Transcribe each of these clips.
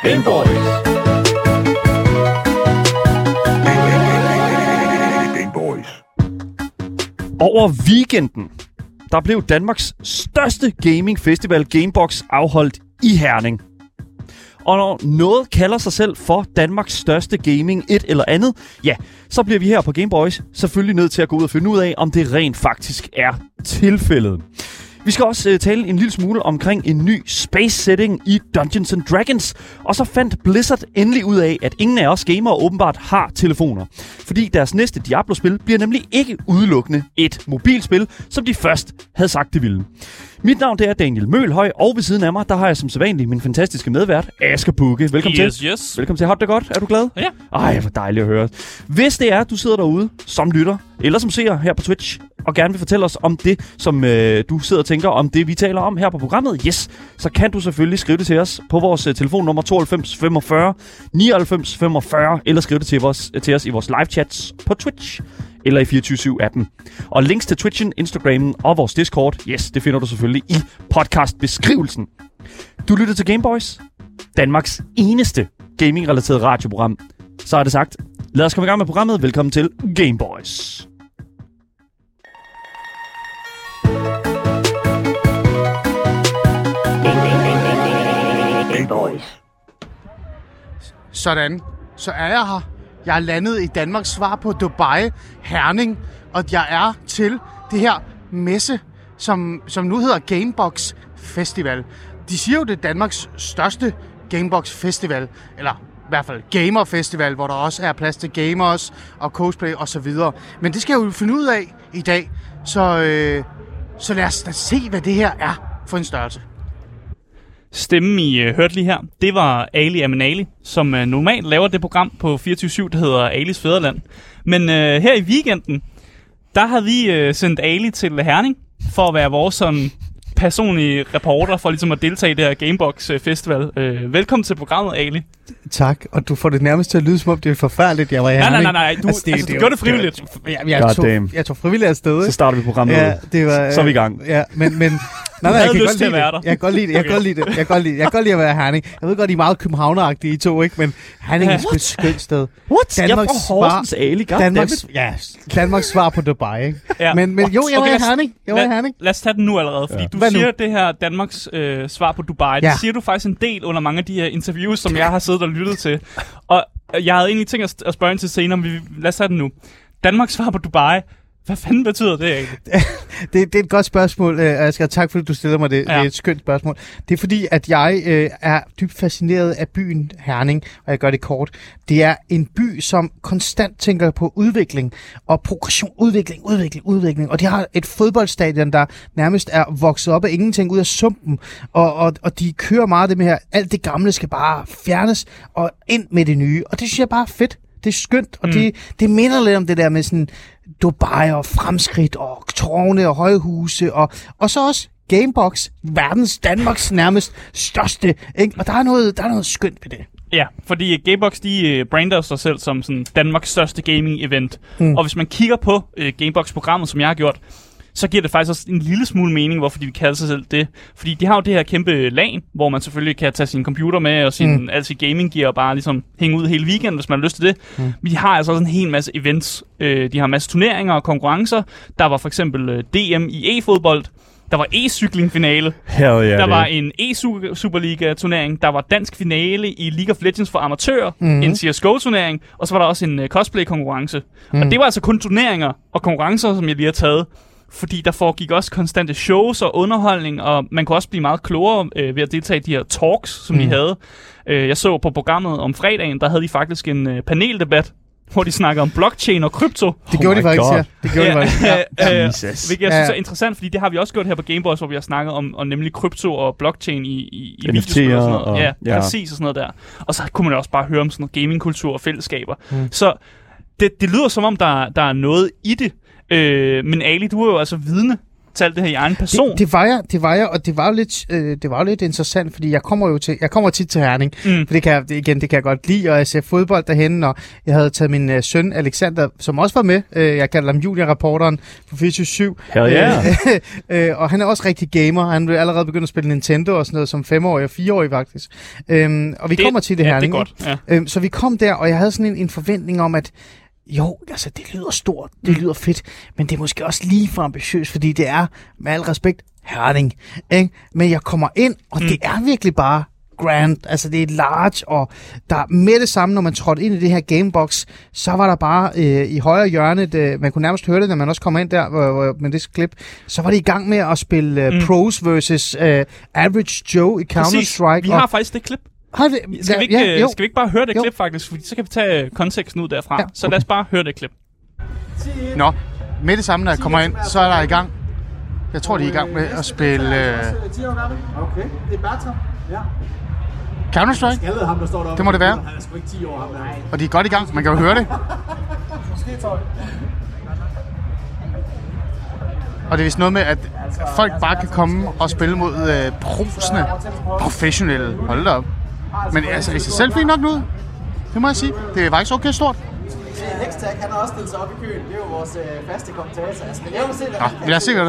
Gameboys. Over weekenden, der blev Danmarks største gaming-festival Gamebox afholdt i Herning. Og når noget kalder sig selv for Danmarks største gaming et eller andet, ja, så bliver vi her på Gameboys selvfølgelig nødt til at gå ud og finde ud af, om det rent faktisk er tilfældet. Vi skal også tale en lille smule omkring en ny space setting i Dungeons & Dragons. Og så fandt Blizzard endelig ud af, at ingen af os gamere åbenbart har telefoner. Fordi deres næste Diablo-spil bliver nemlig ikke udelukkende et mobilspil, som de først havde sagt det ville. Mit navn det er Daniel Mølhøj, og ved siden af mig, der har jeg som sædvanlig min fantastiske medvært, Asger Bukke. Velkommen til. Yes. Velkommen til. Har du det godt? Er du glad? Ja. Ej, hvor dejligt at høre. Hvis det er, du sidder derude som lytter, eller som ser her på Twitch, og gerne vil fortælle os om det, som du sidder og tænker om det, vi taler om her på programmet, yes, så kan du selvfølgelig skrive det til os på vores telefonnummer 92 45 99 45, eller skrive det til os i vores live chats på Twitch eller i 24/7-appen. Og links til Twitchen, Instagramen og vores Discord, yes, det finder du selvfølgelig i podcastbeskrivelsen. Du lytter til Gameboys, Danmarks eneste gaming-relateret radioprogram. Så er det sagt. Lad os komme i gang med programmet. Velkommen til Gameboys. Sådan. Så er jeg her. Jeg er landet i Danmarks svar på Dubai, Herning, og jeg er til det her messe, som nu hedder Gamebox Festival. De siger jo, det er Danmarks største Gamebox Festival, eller i hvert fald Gamer Festival, hvor der også er plads til gamers og cosplay og så videre. Men det skal jeg jo finde ud af i dag, så lad os da se, hvad det her er for en størrelse. Stemmen, I hørte lige her, det var Ali Aminali, som normalt laver det program på 24/7, der hedder Alis Fædreland. Men her i weekenden, der har vi sendt Ali til Herning for at være vores sådan personlige reporter for ligesom at deltage i det her Gamebox Festival. Velkommen til programmet, Ali. Tak, og du får det nærmest til at lyde, som om det er forfærdeligt, jeg var i Herning. Nej, du gjorde det frivilligt. Jeg tog frivilligt afsted. Så starter vi programmet. Ja, det var, så er vi i gang. Ja, men Nej, jeg kan godt lide det. Jeg kan godt lide det. Jeg kan godt lide at være i Herning. Jeg ved godt, I er meget københavneragtige, I to, ikke? Men Herning er sgu et skønt sted. What? Danmarks Horsens Ali, Danmarks svar på Dubai, ikke? Ja. Men jo, jeg var i Herning. Lad os tage den nu allerede, fordi du siger det her Danmarks svar på Dubai. Det siger du faktisk en del under mange af de her interviews, som jeg har siddet og lyttet til. Og jeg havde egentlig tænkt at spørge ind til senere, men lad os tage den nu. Danmarks svar på Dubai. Hvad fanden betyder det egentlig? Det er et godt spørgsmål, Asger. Tak fordi du stiller mig det. Ja. Det er et skønt spørgsmål. Det er fordi, at jeg er dybt fascineret af byen Herning, og jeg gør det kort. Det er en by, som konstant tænker på udvikling og progression. Udvikling. Og de har et fodboldstadion, der nærmest er vokset op af ingenting ud af sumpen. Og de kører meget det med her. Alt det gamle skal bare fjernes og ind med det nye. Og det synes jeg bare er fedt. Det er skønt, og det minder lidt om det der med sådan Dubai og fremskridt og tårne og højhuse og så også Gamebox, Danmarks nærmest største, ikke? Og der er noget skønt ved det. Ja, fordi Gamebox, de brander sig selv som sådan Danmarks største gaming-event. Og hvis man kigger på Gamebox-programmet, som jeg har gjort, så giver det faktisk også en lille smule mening, hvorfor de vil kalde sig selv det. Fordi de har jo det her kæmpe LAN, hvor man selvfølgelig kan tage sin computer med og alt sit gaming-gear og bare ligesom hænge ud hele weekenden, hvis man har lyst til det. Men de har altså også en hel masse events. De har en masse turneringer og konkurrencer. Der var for eksempel DM i e-fodbold. Der var e-cykling-finale. Der var en e-superliga-turnering. Der var dansk finale i League of Legends for amatører. En CSGO-turnering. Og så var der også en cosplay-konkurrence. Og det var altså kun turneringer og konkurrencer, som jeg lige har taget. Fordi der foregik også konstante shows og underholdning, og man kunne også blive meget klogere ved at deltage i de her talks, som de havde. Jeg så på programmet om fredagen, der havde de faktisk en paneldebat, hvor de snakker om blockchain og krypto. Det gjorde de faktisk, ja. Det gjorde de faktisk, hvilket jeg synes er interessant, fordi det har vi også gjort her på Gameboys, hvor vi har snakket om nemlig krypto og blockchain i videospil og sådan noget. Ja, præcis og sådan noget der. Og så kunne man også bare høre om sådan noget gamingkultur og fællesskaber. Så det lyder som om, der er noget i det. Men Ali, du er jo altså vidne til alt det her i egen person. Det var jeg, og det var jo lidt interessant, fordi jeg kommer tit til Herning, for det kan jeg godt lide, og jeg ser fodbold derhenne, og jeg havde taget min søn Alexander, som også var med, jeg kalder ham juniorreporteren på 24/7. Og han er også rigtig gamer, han er allerede begyndt at spille Nintendo og sådan noget som 5-årig og 4-årig faktisk. Og vi kommer til det Herning. Det er godt, ja. Så vi kom der, og jeg havde sådan en forventning om, at jo, altså det lyder stort, det lyder fedt, men det er måske også lige for ambitiøst, fordi det er, med al respekt, Herning. Ikke? Men jeg kommer ind, og det er virkelig bare grand, altså det er large, og der med det samme, når man trådte ind i det her Gamebox, så var der bare i højre hjørne, man kunne nærmest høre det, når man også kommer ind der med det klip, så var det i gang med at spille pros versus average Joe i Counter-Strike. Vi har faktisk det klip. Skal vi ikke bare høre det klip faktisk, fordi så kan vi tage konteksten ud derfra. Ja, okay. Så lad os bare høre det klip. Nå, med det samme, når jeg kommer ind, så er der i gang. Jeg tror, de er i gang med at spille Okay, det er Bertram. Ja. Counter-Strike? Det må det være. Han er sgu ikke 10 år, ham der. Og de er godt i gang, man kan jo høre det. Og det er vist noget med, at folk bare kan komme og spille mod prosende, professionelle. Hold da op. Men altså, det ser selv fint nok ud. Det må jeg sige. Det er faktisk okay stort. Hextag, han har også stillet sig op i køen. Det er jo vores faste kommentator. Jeg skal lave se det. Lad os se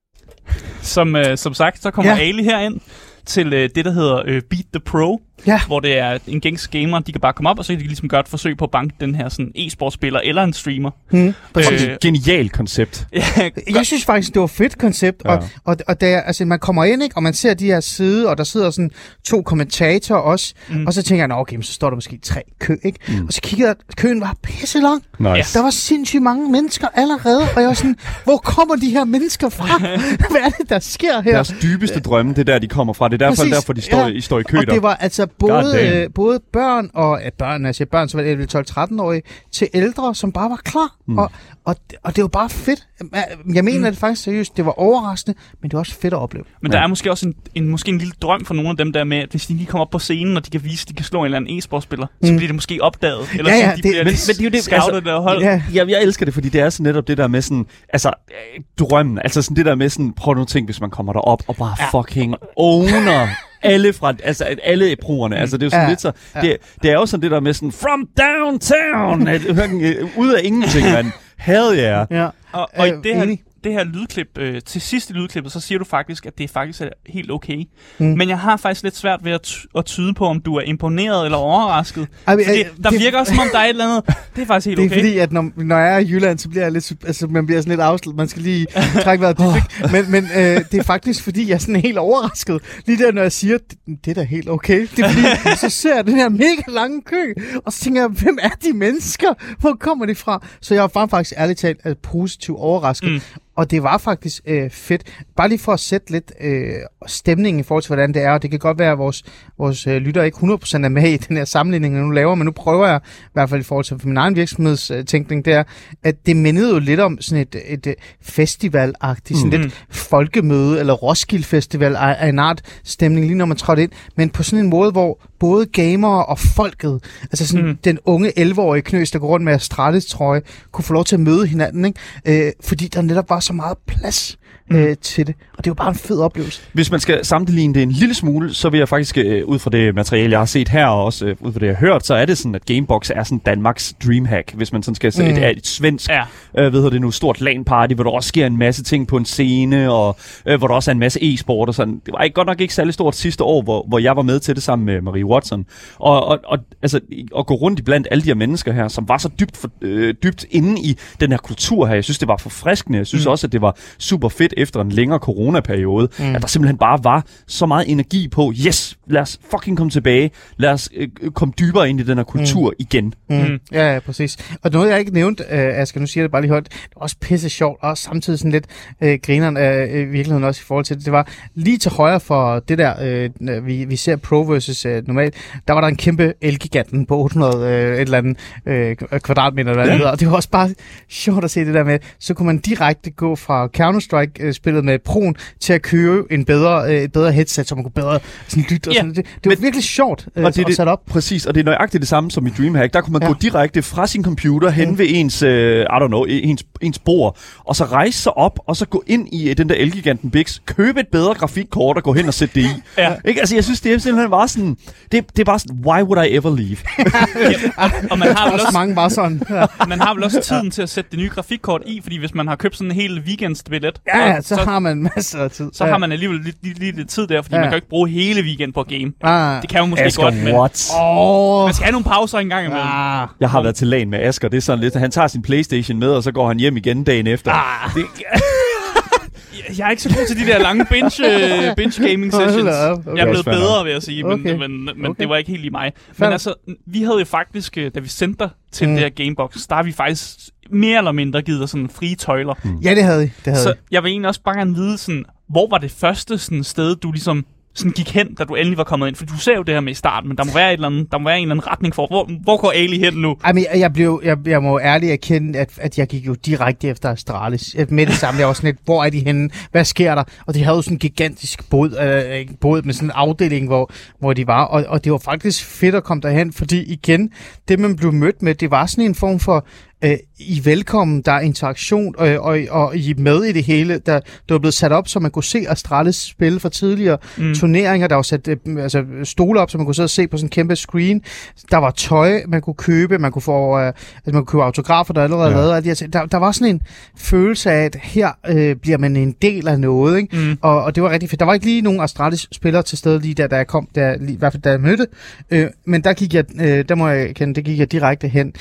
det. Som sagt, så kommer Ali her ind til det, der hedder Beat the Pro, hvor det er en gængs gamer, de kan bare komme op, og så kan de ligesom gøre et forsøg på at banke den her sådan e-sportspiller eller en streamer. Genialt koncept. Jeg synes faktisk, det var et fedt koncept, og der, altså, man kommer ind, ikke, og man ser de her side, og der sidder sådan 2 kommentatorer også, og så tænker jeg, okay, så står der måske 3 kø, ikke? Og så kiggede jeg, køen var pisse lang. Nice. Der var sindssygt mange mennesker allerede, og jeg var sådan, hvor kommer de her mennesker fra? Hvad er det, der sker her? Deres dybeste drømme, det er der, de kommer fra. Det er derfor de står i kø der. Og det var altså både børn og børn, så var det 12-13-årige, til ældre, som bare var klar. Og det var bare fedt. Jeg mener det faktisk seriøst. Det var overraskende, men det var også fedt at opleve. Men der er måske også en lille drøm for nogle af dem der med, at hvis de lige kommer op på scenen, og de kan vise, at de kan slå en eller anden e-sportspiller, så bliver det måske opdaget. Eller så de bliver scoutet der hold. Jeg elsker det, fordi det er sådan netop det der med sådan, altså drømmen, altså sådan det der med sådan, prøv nogle ting, hvis man kommer derop og bare fucking owner alle proerne. Altså det er jo sådan lidt så det er jo sådan det der med sådan from downtown ud af ingenting, man. Hell yeah. Og i det her lydklip, til sidst i lydklippet, så siger du faktisk, at det faktisk er helt okay. Men jeg har faktisk lidt svært ved at tyde på, om du er imponeret eller overrasket. Der virker også, som om der er et eller andet. Det er faktisk helt okay. Det er fordi, at når jeg er i Jylland, så bliver jeg lidt, altså man bliver sådan lidt afslut. Man skal lige trække vejret dybt. Men det er faktisk, fordi jeg er sådan helt overrasket. Lige der, når jeg siger, det er da helt okay. Det er fordi, så ser jeg den her mega lange kø, og så tænker jeg, hvem er de mennesker? Hvor kommer de fra? Så jeg var faktisk ærligt talt positivt overrasket. Og det var faktisk fedt. Bare lige for at sætte lidt stemning i forhold til, hvordan det er. Og det kan godt være, at vores lytter ikke 100% er med i den her sammenligning, jeg nu laver. Men nu prøver jeg, i hvert fald i forhold til min egen virksomhedstænkning, det er, at det mindede jo lidt om sådan et festival-agtigt, sådan lidt folkemøde, eller Roskilde Festival af en art stemning, lige når man trådte ind. Men på sådan en måde, hvor både gamere og folket, altså sådan den unge 11-årige knøs, der går rundt med Astralis trøje, kunne få lov til at møde hinanden, ikke? Fordi der netop var så meget plads til det. Og det er jo bare en fed oplevelse. Hvis man skal sammenligne det en lille smule, så vil jeg faktisk, ud fra det materiale, jeg har set her, og også ud fra det, jeg har hørt, så er det sådan, at Gamebox er sådan Danmarks dreamhack, hvis man sådan skal se et svensk, stort LAN-party, hvor der også sker en masse ting på en scene, og hvor der også er en masse e-sport og sådan. Det var godt nok ikke særlig stort sidste år, hvor jeg var med til det sammen med Marie Watson. Og altså, at gå rundt iblandt alle de her mennesker her, som var så dybt inde i den her kultur her. Jeg synes, det var forfriskende. Jeg synes også, at det var super fedt efter en længere coronaperiode, at der simpelthen bare var så meget energi på, yes, lad os fucking komme tilbage, lad os komme dybere ind i den her kultur igen. Ja, præcis. Og noget, jeg ikke nævnt, Asger, nu siger det bare lige højt, det var også pisse sjovt, og samtidig sådan lidt grineren af virkeligheden også i forhold til det. Det var lige til højre for det der, vi ser Pro versus normalt, der var der en kæmpe elgiganten på 800 et eller andet kvadratmeter, eller andet, og det var også bare sjovt at se det der med, så kunne man direkte gå fra Counter-Strike-spillet med Pro'en til at købe et bedre headset, så man kunne bedre sådan lytte og sådan. Det var virkelig sjovt at sætte op. Præcis, og det er nøjagtigt det samme som i DreamHack. Der kunne man gå direkte fra sin computer hen ved ens ens bord, og så rejse sig op, og så gå ind i den der Elgiganten Bix, købe et bedre grafikkort og gå hen og sætte det i. Ja. Ikke? Altså, jeg synes, det er simpelthen bare sådan, det er bare sådan, why would I ever leave? Og man har vel også mange bare sådan. Ja. Man har vel også tiden til at sætte det nye grafikkort i, fordi hvis man har købt sådan en hel weekendsbillet, så har man masser af tid. Så har man alligevel lige lidt tid der, fordi man kan jo ikke bruge hele weekend på at game. Det kan man måske Asger, godt, men man skal have nogle pauser en gang imellem. Jeg har været til LAN med Asger, det er sådan lidt, han tager sin PlayStation med, og så går han hjem igen dagen efter. Jeg er ikke så god til de der lange binge gaming sessions. Okay. Jeg er blevet bedre, vil jeg sige, men det var ikke helt i mig. Men altså, vi havde jo faktisk, da vi sendte dig til det her Gamebox, der har vi faktisk mere eller mindre givet sådan frie tøjler. Ja, det havde I. Så jeg vil egentlig også bare gerne vide, sådan, hvor var det første sådan, sted, du ligesom sådan gik hen, da du endelig var kommet ind? For du ser jo det her med i starten, men der må være en eller anden retning for, hvor går Ali hen nu? Jeg må ærligt erkende, at jeg gik jo direkte efter Astralis. Med det samme, jeg var sådan lidt, hvor er de henne? Hvad sker der? Og de havde jo sådan en gigantisk båd med sådan en afdeling, hvor de var. Og det var faktisk fedt at komme derhen, fordi igen, det man blev mødt med, det var sådan en form for I velkommen, der er interaktion, og I er med i det hele. Der var blevet sat op, så man kunne se Astralis spille for tidligere turneringer. Der var sat stole op, så man kunne sidde og se på sådan en kæmpe screen. Der var tøj, man kunne købe. Man kunne få man kunne købe autografer, der allerede lavet. Der var sådan en følelse af, at her bliver man en del af noget. Ikke? Og det var rigtig fedt. Der var ikke lige nogen Astralis-spillere til stede lige da jeg kom, i hvert fald da jeg mødte. Men der gik jeg, der må jeg kende, det gik jeg direkte hen.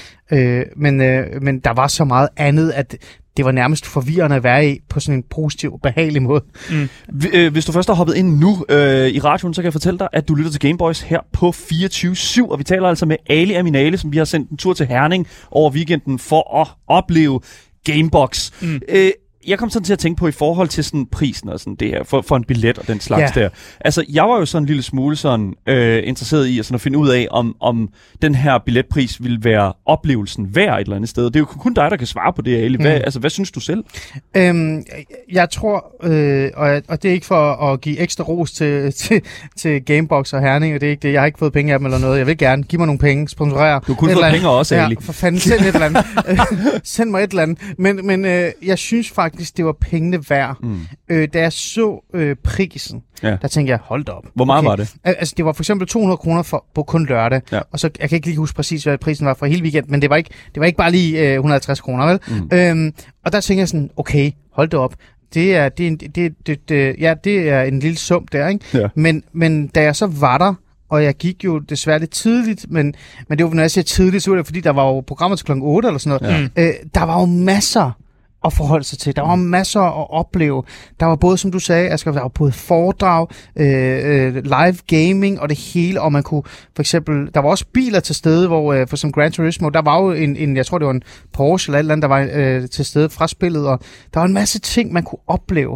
Men der var så meget andet, at det var nærmest forvirrende at være i på sådan en positiv, behagelig måde. Hvis du først har hoppet ind nu i radioen, så kan jeg fortælle dig, at du lytter til Gameboys her på 24/7, og vi taler altså med Ali Aminale, som vi har sendt en tur til Herning over weekenden for at opleve Gamebox. Jeg kom sådan til at tænke på i forhold til sådan prisen og sådan det her, for en billet og den slags der. Altså, jeg var jo sådan en lille smule sådan interesseret i at finde ud af, om den her billetpris ville være oplevelsen værd et eller andet sted. Det er jo kun dig, der kan svare på det, Ali. Hvad synes du selv? Jeg tror, og det er ikke for at give ekstra ros til Gamebox og Herning, og det er ikke det. Jeg har ikke fået penge af dem eller noget. Jeg vil gerne give mig nogle penge, sponsorere. Du kunne få penge også, Ali. Ja, for fanden, send et eller andet. Send mig et eller andet. Men jeg synes faktisk, det var pengene værd. Da jeg så prisen, der tænkte jeg, hold da op. Hvor meget var det? Altså, det var for eksempel 200 kroner på kun lørdag. Ja. Og så, jeg kan ikke lige huske præcis, hvad prisen var for hele weekend, men det var ikke bare lige 150 kroner, vel? Og der tænkte jeg sådan, okay, hold da op. Det er en lille sum der, ikke? Ja. Men da jeg så var der, og jeg gik jo desværre lidt tidligt, men det var, når jeg siger tidligt, så var det, fordi der var jo programmer til klokken 8 eller sådan noget. Ja. Der var jo masser at forholde sig til. Der var masser at opleve. Der var både, som du sagde, Asger, der var både foredrag, live gaming og det hele, og man kunne for eksempel, der var også biler til stede, hvor for som Gran Turismo, der var jo en jeg tror det var en Porsche eller et eller andet, der var til stede fra spillet, og der var en masse ting, man kunne opleve.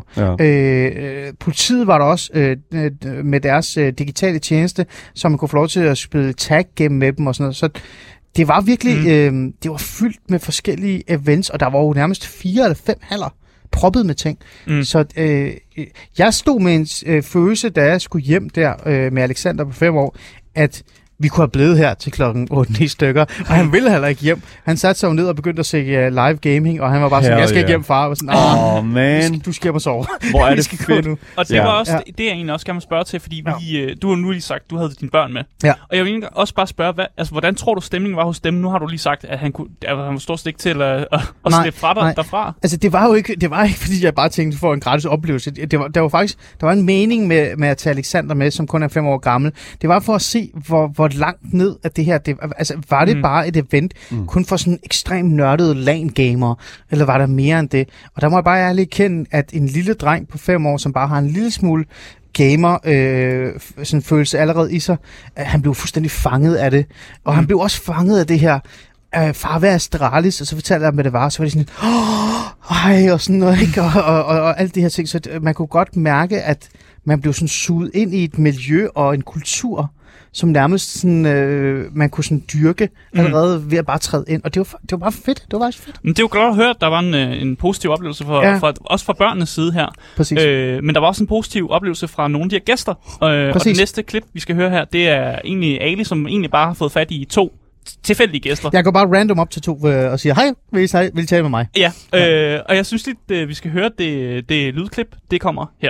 Ja. Politiet var der også med deres digitale tjeneste, så man kunne få lov til at spille tag game med dem og sådan noget. Så det var virkelig, det var fyldt med forskellige events, og der var jo nærmest 4 eller 5 haller proppet med ting. Så jeg stod med en følelse, da jeg skulle hjem der med Alexander på 5 år, at vi kunne have blevet her til klokken 8-9 stykker, og han ville heller ikke hjem. Han satte sig jo ned og begyndte at se live gaming, og han var bare sådan, jeg skal ikke hjem, far. Og sådan, man. Du skal hjem og sove. Hvor er det fedt. Nu. Og det var også det, jeg egentlig også gerne vil spørge til, fordi du har nu lige sagt, du havde dine børn med. Ja. Og jeg vil egentlig også bare spørge, hvordan tror du stemningen var hos dem? Nu har du lige sagt, at han var stort stik til at slippe fra dig derfra. Altså, det var ikke, fordi jeg bare tænkte for en gratis oplevelse. Der var faktisk en mening med at tage Alexander med, som kun er 5 år gammel. Det var for at se, hvor langt ned af det her, var det bare et event kun for sådan ekstremt nørdede LAN-gamer, eller var der mere end det? Og der må jeg bare ærligt kende, at en lille dreng på 5 år, som bare har en lille smule gamer sådan følelse allerede i sig, han blev fuldstændig fanget af det. Og han blev også fanget af det her far, hvad er Astralis? Og så fortalte jeg, hvad det var, så var det sådan og sådan noget, ikke? Og alt det her ting. Så man kunne godt mærke, at man blev sådan suget ind i et miljø og en kultur, som nærmest sådan, man kunne sådan dyrke allerede ved at bare træde ind. Og det var bare fedt. Det var faktisk fedt. Men det er jo godt at høre, at der var en positiv oplevelse også fra børnenes side her. Præcis. Men der var også en positiv oplevelse fra nogle af de her gæster. Og det næste klip, vi skal høre her, det er egentlig Ali, som egentlig bare har fået fat i 2 tilfældige gæster. Jeg går bare random op til 2 og siger, hej, vil I tale med mig? Ja, og jeg synes lidt, vi skal høre det lydklip. Det kommer her.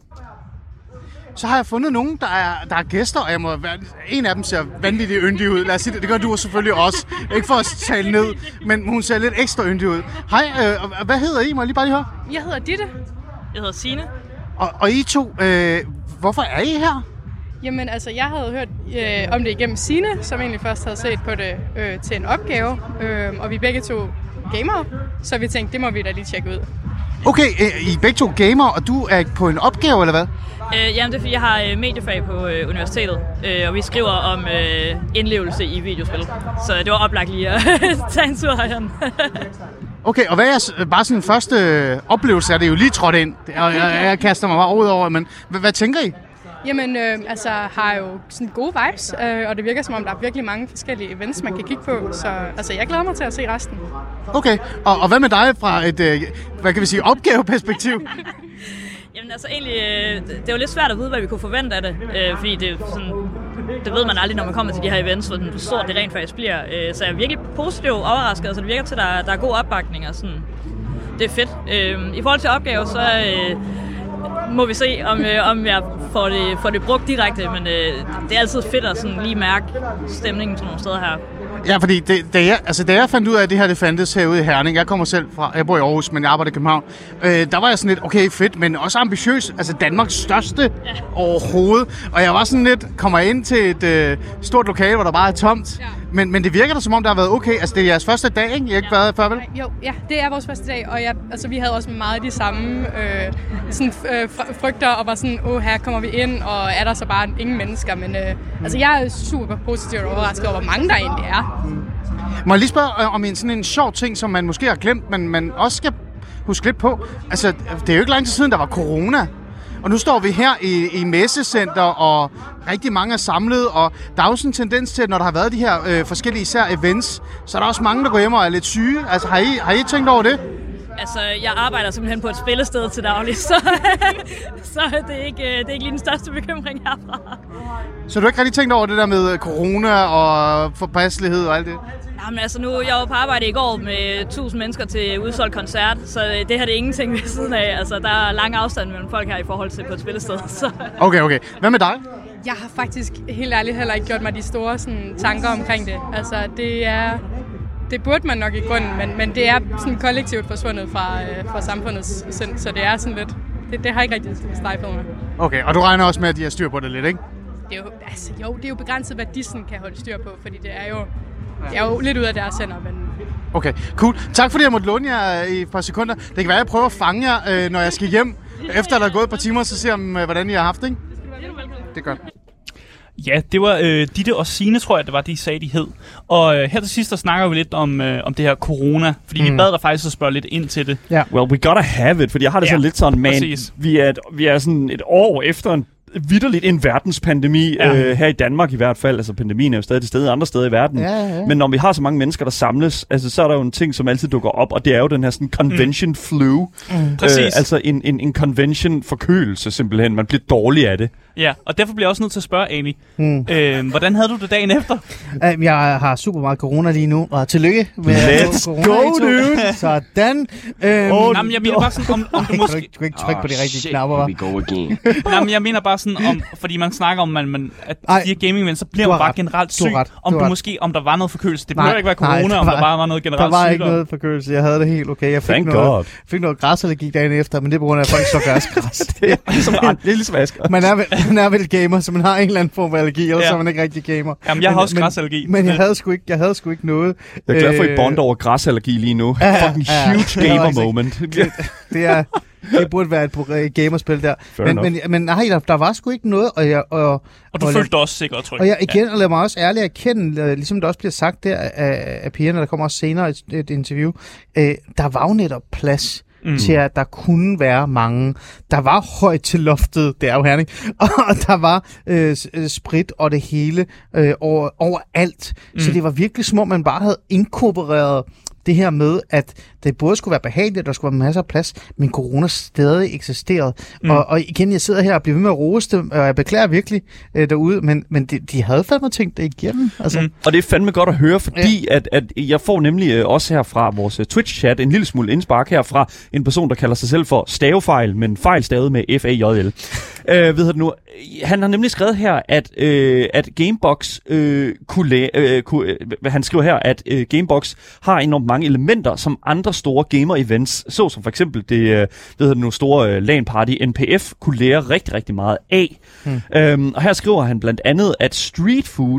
Så har jeg fundet nogen, der er gæster, og jeg må være, en af dem ser vanvittigt yndig ud. Lad os sige det gør du selvfølgelig også. Ikke for at tale ned, men hun ser lidt ekstra yndig ud. Hej, hvad hedder I? Må jeg lige høre? Jeg hedder Ditte. Jeg hedder Signe. Og I to, hvorfor er I her? Jamen, altså, jeg havde hørt om det igennem Signe, som egentlig først havde set på det til en opgave. Og vi begge to gamere, så vi tænkte, det må vi da lige tjekke ud. Okay, I er begge to gamere, og du er på en opgave, eller hvad? Jamen, det er fordi, jeg har mediefag på universitetet, og vi skriver om indlevelse i videospil. Så det var oplagt lige at tage en tur herhen. Okay, og hvad er bare sådan en første oplevelse? Er det jo lige trådt ind, og jeg kaster mig bare ud over, men hvad tænker I? Jamen, altså, har jo sådan gode vibes, og det virker som om, der er virkelig mange forskellige events, man kan kigge på. Så altså, jeg glæder mig til at se resten. Okay, og hvad med dig fra et, hvad kan vi sige, opgaveperspektiv? Jamen altså egentlig, det er jo lidt svært at vide, hvad vi kunne forvente af det, fordi det, sådan, det ved man aldrig, når man kommer til de her events, hvor stort det rent faktisk bliver. Så jeg er virkelig positivt overrasket, altså det virker til, at der er god opbakning, og sådan, det er fedt. I forhold til opgaver, så må vi se, om jeg får det brugt direkte, men det er altid fedt at sådan lige mærke stemningen til nogle steder her. Ja, fordi da jeg fandt ud af, at det her det fandtes herude i Herning, jeg kommer selv fra, jeg bor i Aarhus, men jeg arbejder i København, der var jeg sådan lidt, okay, fedt, men også ambitiøs, altså Danmarks største overhovedet, og jeg var sådan lidt, kommer ind til et stort lokale, hvor der bare er tomt, men det virker da som om, der har været okay, altså det er jeres første dag, ikke? I har ikke været før, vel? Jo, ja, det er vores første dag, og altså, vi havde også meget de samme frygter, og var sådan, her kommer vi ind, og er der så bare ingen mennesker, men altså jeg er super positivt overrasket over, hvor mange der egentlig er. Må jeg lige spørge om sådan en sjov ting, som man måske har glemt, men man også skal huske lidt på. Altså, det er jo ikke lang tid siden, der var corona. Og nu står vi her i messecenter, og rigtig mange er samlet, og der er jo sådan en tendens til, at når der har været de her forskellige især events, så er der også mange, der går hjem og er lidt syge. Altså, har I tænkt over det? Altså, jeg arbejder simpelthen på et spillested til daglig, så det er ikke lige den største bekymring herfra. Så du har ikke rigtig tænkt over det der med corona og forpasselighed og alt det? Jamen altså jeg var på arbejde i går med 1000 mennesker til udsolgt koncert, så det her det er ingenting ved siden af. Altså, der er lang afstand mellem folk her i forhold til på et spillested. Så. Okay. Hvad med dig? Jeg har faktisk helt ærligt heller ikke gjort mig de store sådan, tanker omkring det. Altså, det burde man nok i grunden, men det er sådan kollektivt forsvundet fra samfundets sind, så det er sådan lidt, det har ikke rigtig stejfet mig. Okay, og du regner også med, at de har styr på det lidt, ikke? Det er jo begrænset, hvad de sådan kan holde styr på, fordi det er jo lidt ud af deres hænder, men... Okay, cool. Tak fordi jeg måtte låne jer i et par sekunder. Det kan være, at jeg prøver at fange jer, når jeg skal hjem. Efter der er gået et par timer, så ser jeg, hvordan I har haft det, ikke? Det er godt. Ja, det var Ditte og Signe, tror jeg, det var, de sagde, de hed. Og her til sidst, der snakker vi lidt om det her corona, fordi vi bad dig faktisk at spørge lidt ind til det. Yeah. Well, we gotta have it, fordi jeg har det sådan lidt sådan, man, vi er sådan et år efter vitterligt en verdenspandemi her i Danmark i hvert fald. Altså pandemien er jo stadig til stede andre steder i verden. Ja. Men når vi har så mange mennesker, der samles, altså, så er der jo en ting, som altid dukker op, og det er jo den her sådan convention flu. Præcis. Altså en convention forkølelse simpelthen. Man bliver dårlig af det. Ja, og derfor bliver jeg også nødt til at spørge, Amy. Hvordan havde du det dagen efter? Jeg har super meget corona lige nu, og tillykke med Let's corona. go, dude! Jamen, Sådan. jeg mener bare sådan, om du måske... Du kan ikke trykke på de rigtige knapper, hva'? Jamen, jeg mener bare sådan, fordi man snakker om, at de her gaming-events, så bliver man bare generelt syg. Om der var noget forkølelse. Det behøver ikke være corona, om der bare var noget generelt sygdom. Der var ikke noget forkølelse. Jeg havde det helt okay. Jeg fik noget græsallergi dagen efter, men det er på grund af, at folk så græs. Det er ligesom Asger. Man er vel gamer, så man har en eller anden form for allergi, ellers er man ikke rigtig gamer. Jamen, jeg har også græsallergi. Men jeg havde sgu ikke noget. Jeg er glad for, at I bonder over græsallergi lige nu. Fucking huge gamer moment. Det burde være et gamerspil der. Men nej, der var sgu ikke noget. Og du følte dig også sikker og tryg. Og jeg igen, og lad mig også ærligt erkende, ligesom det også bliver sagt der af pigerne, der kommer også senere et interview, der var jo netop plads til, at der kunne være mange. Der var højt til loftet, det er jo Herning, og der var sprit og det hele overalt. Så det var virkelig som om, man bare havde inkorporeret det her med, at det både skulle være behageligt, der skulle være masser af plads, men corona stadig eksisterede. Og igen, jeg sidder her og bliver ved med at rose dem, og jeg beklager virkelig derude, men de havde fandme tænkt det igennem. Altså. Og det er fandme godt at høre, fordi at jeg får nemlig også her fra vores Twitch-chat en lille smule indspark her fra en person, der kalder sig selv for stavefejl, men fejl stavet med F-A-J-L. Han har nemlig skrevet her, at Gamebox han skriver her, at Gamebox har enormt mange elementer, som andre store gamer-events, såsom for eksempel det store LAN-party NPF, kunne lære rigtig, rigtig meget af. Og her skriver han blandt andet, at street food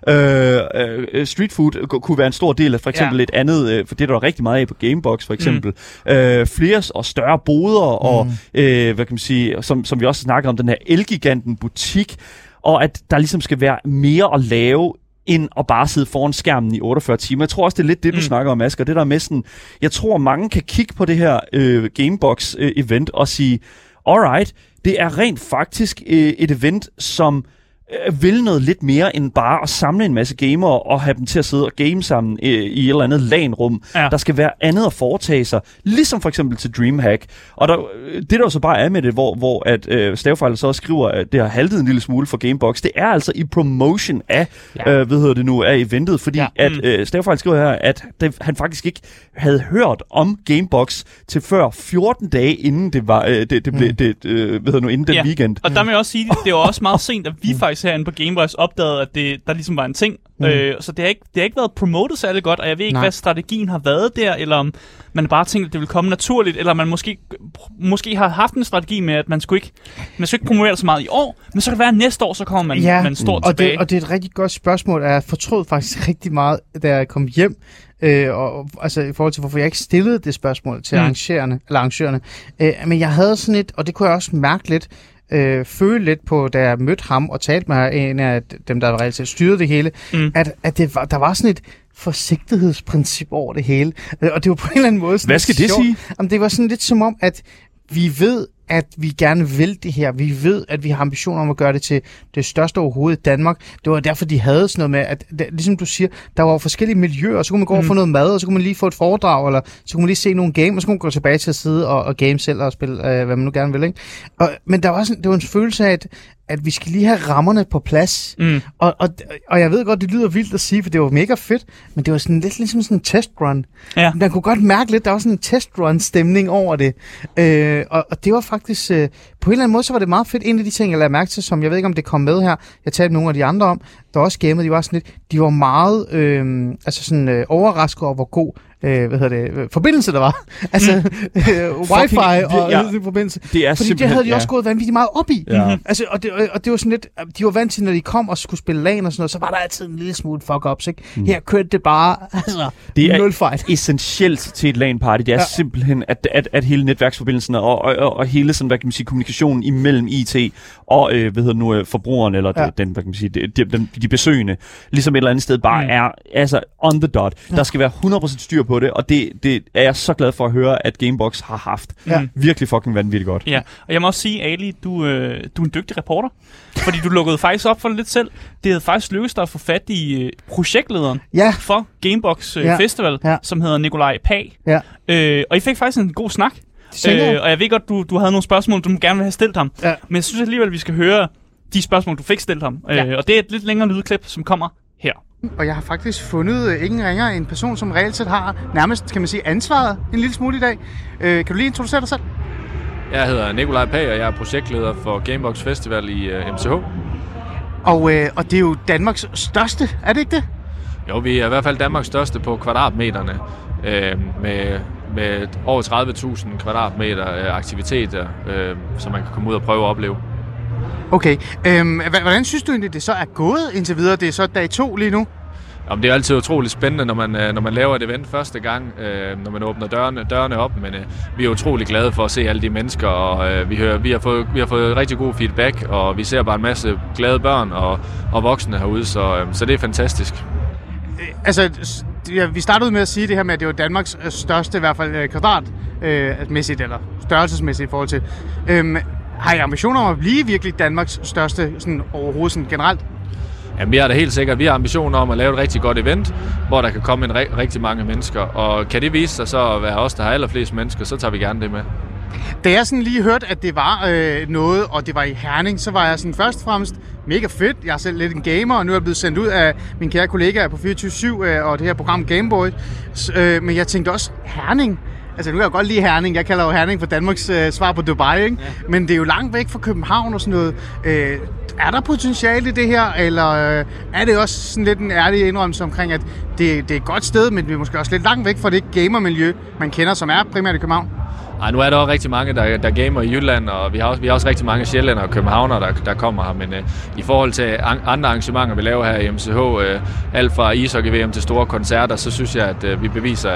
kunne være en stor del af for eksempel et andet, for det der var rigtig meget af på Gamebox for eksempel. Flere og større boder, og hvad kan man sige, som vi også snakker om, den her Elgiganten butik, og at der ligesom skal være mere at lave, end at bare sidde foran skærmen i 48 timer. Jeg tror også, det er lidt det, du snakker om, Asger. Det der med sådan, jeg tror, mange kan kigge på det her Gamebox-event og sige, alright, det er rent faktisk et event, som vil noget lidt mere end bare at samle en masse gamere og have dem til at sidde og game sammen i et eller andet LAN-rum. Ja. Der skal være andet at foretage sig, ligesom for eksempel til DreamHack. Og det der jo så bare er med det, hvor at Stavefejl så skriver, at det har haltet en lille smule for Gamebox, det er altså i promotion af, af eventet, fordi at Stavefejl skriver her, at han faktisk ikke havde hørt om Gamebox til før 14 dage inden det var inden den weekend. Og der vil jeg også sige, det var også meget sent, at vi faktisk herinde på Gamebox opdagede, at der ligesom var en ting. Så det har ikke været promotet særlig godt, og jeg ved ikke, hvad strategien har været der, eller om man bare tænkte, at det ville komme naturligt, eller man måske har haft en strategi med, at man skulle ikke promovere det så meget i år, men så kan det være, at næste år, så kommer man stort tilbage. Og det er et rigtig godt spørgsmål, og jeg fortrød faktisk rigtig meget, da jeg kom hjem, altså i forhold til, hvorfor jeg ikke stillede det spørgsmål til arrangørerne. Men jeg havde sådan et, og det kunne jeg også mærke lidt, føle lidt på, da jeg mødte ham og talte med en af dem, der reelt styrede det hele, at der var sådan et forsigtighedsprincip over det hele. Og det var på en eller anden måde sådan. Hvad skal det sige? Jamen, det var sådan lidt som om, at vi ved, at vi gerne vil det her. Vi ved, at vi har ambitioner om at gøre det til det største overhovedet i Danmark. Det var derfor, de havde sådan noget med, at ligesom du siger, der var forskellige miljøer, og så kunne man gå og få noget mad, og så kunne man lige få et foredrag, eller så kunne man lige se nogle game, og så kunne man gå tilbage til at sidde og game selv og spille, hvad man nu gerne vil. Ikke? Men der var sådan, det var en følelse af, at vi skal lige have rammerne på plads. Og jeg ved godt, det lyder vildt at sige, for det var mega fedt, men det var sådan lidt ligesom sådan en testrun. Ja. Man kunne godt mærke lidt, der var sådan en testrun-stemning over det. Og det var faktisk, på en eller anden måde, så var det meget fedt. En af de ting, jeg lagde mærke til, som jeg ved ikke, om det kom med her, jeg talte med nogle af de andre om, der også gamede, de var sådan lidt, de var meget overrasket over, hvor god forbindelse der var. Altså, wifi og forbindelse. Det er fordi det havde de også gået vanvittigt meget op i. Ja. Altså, og det var sådan lidt, de var vant til, når de kom og skulle spille LAN og sådan noget, så var der altid en lille smule fuck-ups, ikke? Her kørte det bare, altså, nul fejl. Det er essentielt til et LAN-party. Det er simpelthen, at hele netværksforbindelsen og hele sådan, hvad kan man sige, kommunikationen imellem IT og, forbrugeren, eller den, hvad kan man sige, de besøgende, ligesom et eller andet sted bare er, altså, on the dot. Der skal være 100% styr på det, og det er jeg så glad for at høre, at Gamebox har haft. Virkelig fucking vanvittigt godt. Ja, og jeg må også sige, Ali, du er en dygtig reporter, fordi du lukkede faktisk op for det lidt selv. Det havde faktisk lykkedes dig at få fat i projektlederen for Gamebox Festival, som hedder Nikolaj Pag. Og I fik faktisk en god snak. Og jeg ved godt, du havde nogle spørgsmål, du gerne vil have stillet ham. Men jeg synes alligevel, vi skal høre de spørgsmål, du fik stillet ham. Og det er et lidt længere lydklip, som kommer her. Og jeg har faktisk fundet ingen ringer en person, som reelt set har nærmest, kan man sige, ansvaret en lille smule i dag. Kan du lige introducere dig selv? Jeg hedder Nikolaj Pag, og jeg er projektleder for Gamebox Festival i MCH. Og det er jo Danmarks største, er det ikke det? Jo, vi er i hvert fald Danmarks største på kvadratmeterne, med over 30.000 kvadratmeter aktiviteter, som man kan komme ud og prøve at opleve. Okay. Hvordan synes du egentlig, det så er gået indtil videre? Det er så dag 2 lige nu. Jamen, det er altid utroligt spændende, når man laver et event første gang, når man åbner dørene op, men vi er utrolig glade for at se alle de mennesker, og vi har fået rigtig god feedback, og vi ser bare en masse glade børn og voksne herude, så det er fantastisk. Altså, vi startede med at sige det her med, at det var Danmarks største, i hvert fald kvadratmæssigt, eller størrelsesmæssigt i forhold til. Har I ambitioner om at blive virkelig Danmarks største sådan overhovedet sådan generelt? Jamen, vi har da helt sikkert. Vi har ambitioner om at lave et rigtig godt event, hvor der kan komme rigtig mange mennesker. Og kan det vise sig så at være os, der har allerflest mennesker, så tager vi gerne det med. Da jeg sådan lige hørte, at det var noget, og det var i Herning, så var jeg sådan først og fremmest mega fedt. Jeg er selv lidt en gamer, og nu er jeg blevet sendt ud af mine kære kollegaer på 24/7 og det her program Gameboy. Men jeg tænkte også, Herning? Altså, nu kan jeg godt lide Herning. Jeg kalder jo Herning for Danmarks svar på Dubai, ikke? Ja. Men det er jo langt væk fra København og sådan noget. Er der potentiale i det her, eller er det også sådan lidt en ærlig indrømmelse omkring, at det er et godt sted, men vi er måske også lidt langt væk fra det gamermiljø, man kender, som er primært i København? Ej, nu er der også rigtig mange, der gamer i Jylland, og vi har også rigtig mange sjællændere og københavnere, der kommer her. Men i forhold til andre arrangementer, vi laver her i MCH, alt fra ishockey-VM til store koncerter, så synes jeg, at vi beviser,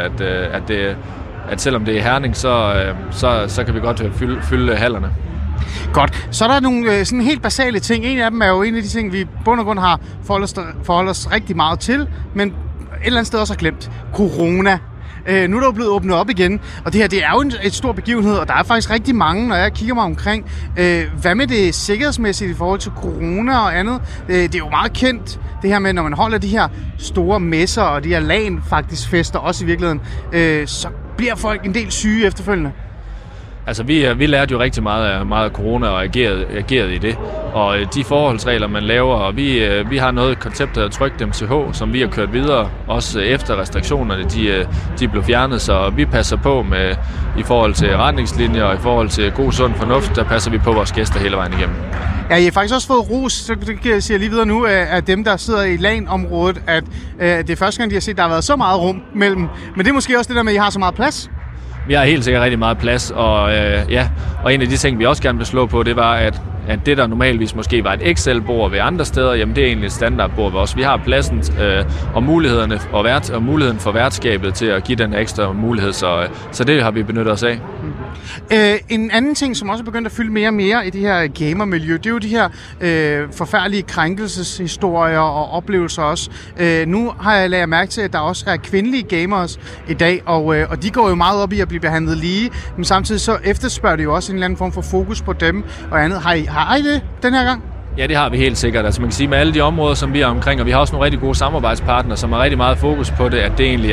at selvom det er Herning, så kan vi godt fylde hallerne. Godt. Så er der nogle sådan helt basale ting. En af dem er jo en af de ting, vi i bund og grund har forholdt os rigtig meget til, men et eller andet sted også har glemt. Corona. Nu er der jo blevet åbnet op igen, og det her, det er jo et stor begivenhed, og der er faktisk rigtig mange, når jeg kigger mig omkring. Hvad med det sikkerhedsmæssigt i forhold til corona og andet? Det er jo meget kendt, det her med, når man holder de her store messer og de her LAN faktisk fester, også i virkeligheden, så bliver folk en del syge efterfølgende. Altså, vi lærte jo rigtig meget af corona og agerede i det. Og de forholdsregler, man laver, og vi har noget koncept, der hedder Trygt MCH, som vi har kørt videre, også efter restriktionerne, de blev fjernet. Så vi passer på med i forhold til retningslinjer og i forhold til god sund fornuft, der passer vi på vores gæster hele vejen igennem. Ja, I har faktisk også fået ros, så det siger jeg lige videre nu, af dem, der sidder i LAN-området, at det er første gang, de har set, at der har været så meget rum mellem. Men det er måske også det der med, at I har så meget plads? Vi har helt sikkert rigtig meget plads, og og en af de ting, vi også gerne vil slå på, det var, at det, der normalvis måske var et Excel-bord ved andre steder, jamen det er egentlig et standardbord ved os. Vi har pladsen og mulighederne og muligheden for værtskabet til at give den ekstra mulighed, så det har vi benyttet os af. En anden ting, som også er begyndt at fylde mere og mere i det her gamermiljø, det er jo de her forfærdelige krænkelseshistorier og oplevelser også. Nu har jeg lagt mærke til, at der også er kvindelige gamers i dag, og de går jo meget op i at blive behandlet lige, men samtidig så efterspørger det jo også en eller anden form for fokus på dem og andet. Har I det den her gang? Ja, det har vi helt sikkert. Altså man kan sige, med alle de områder, som vi er omkring, og vi har også nogle rigtig gode samarbejdspartnere, som har rigtig meget fokus på det, at det egentlig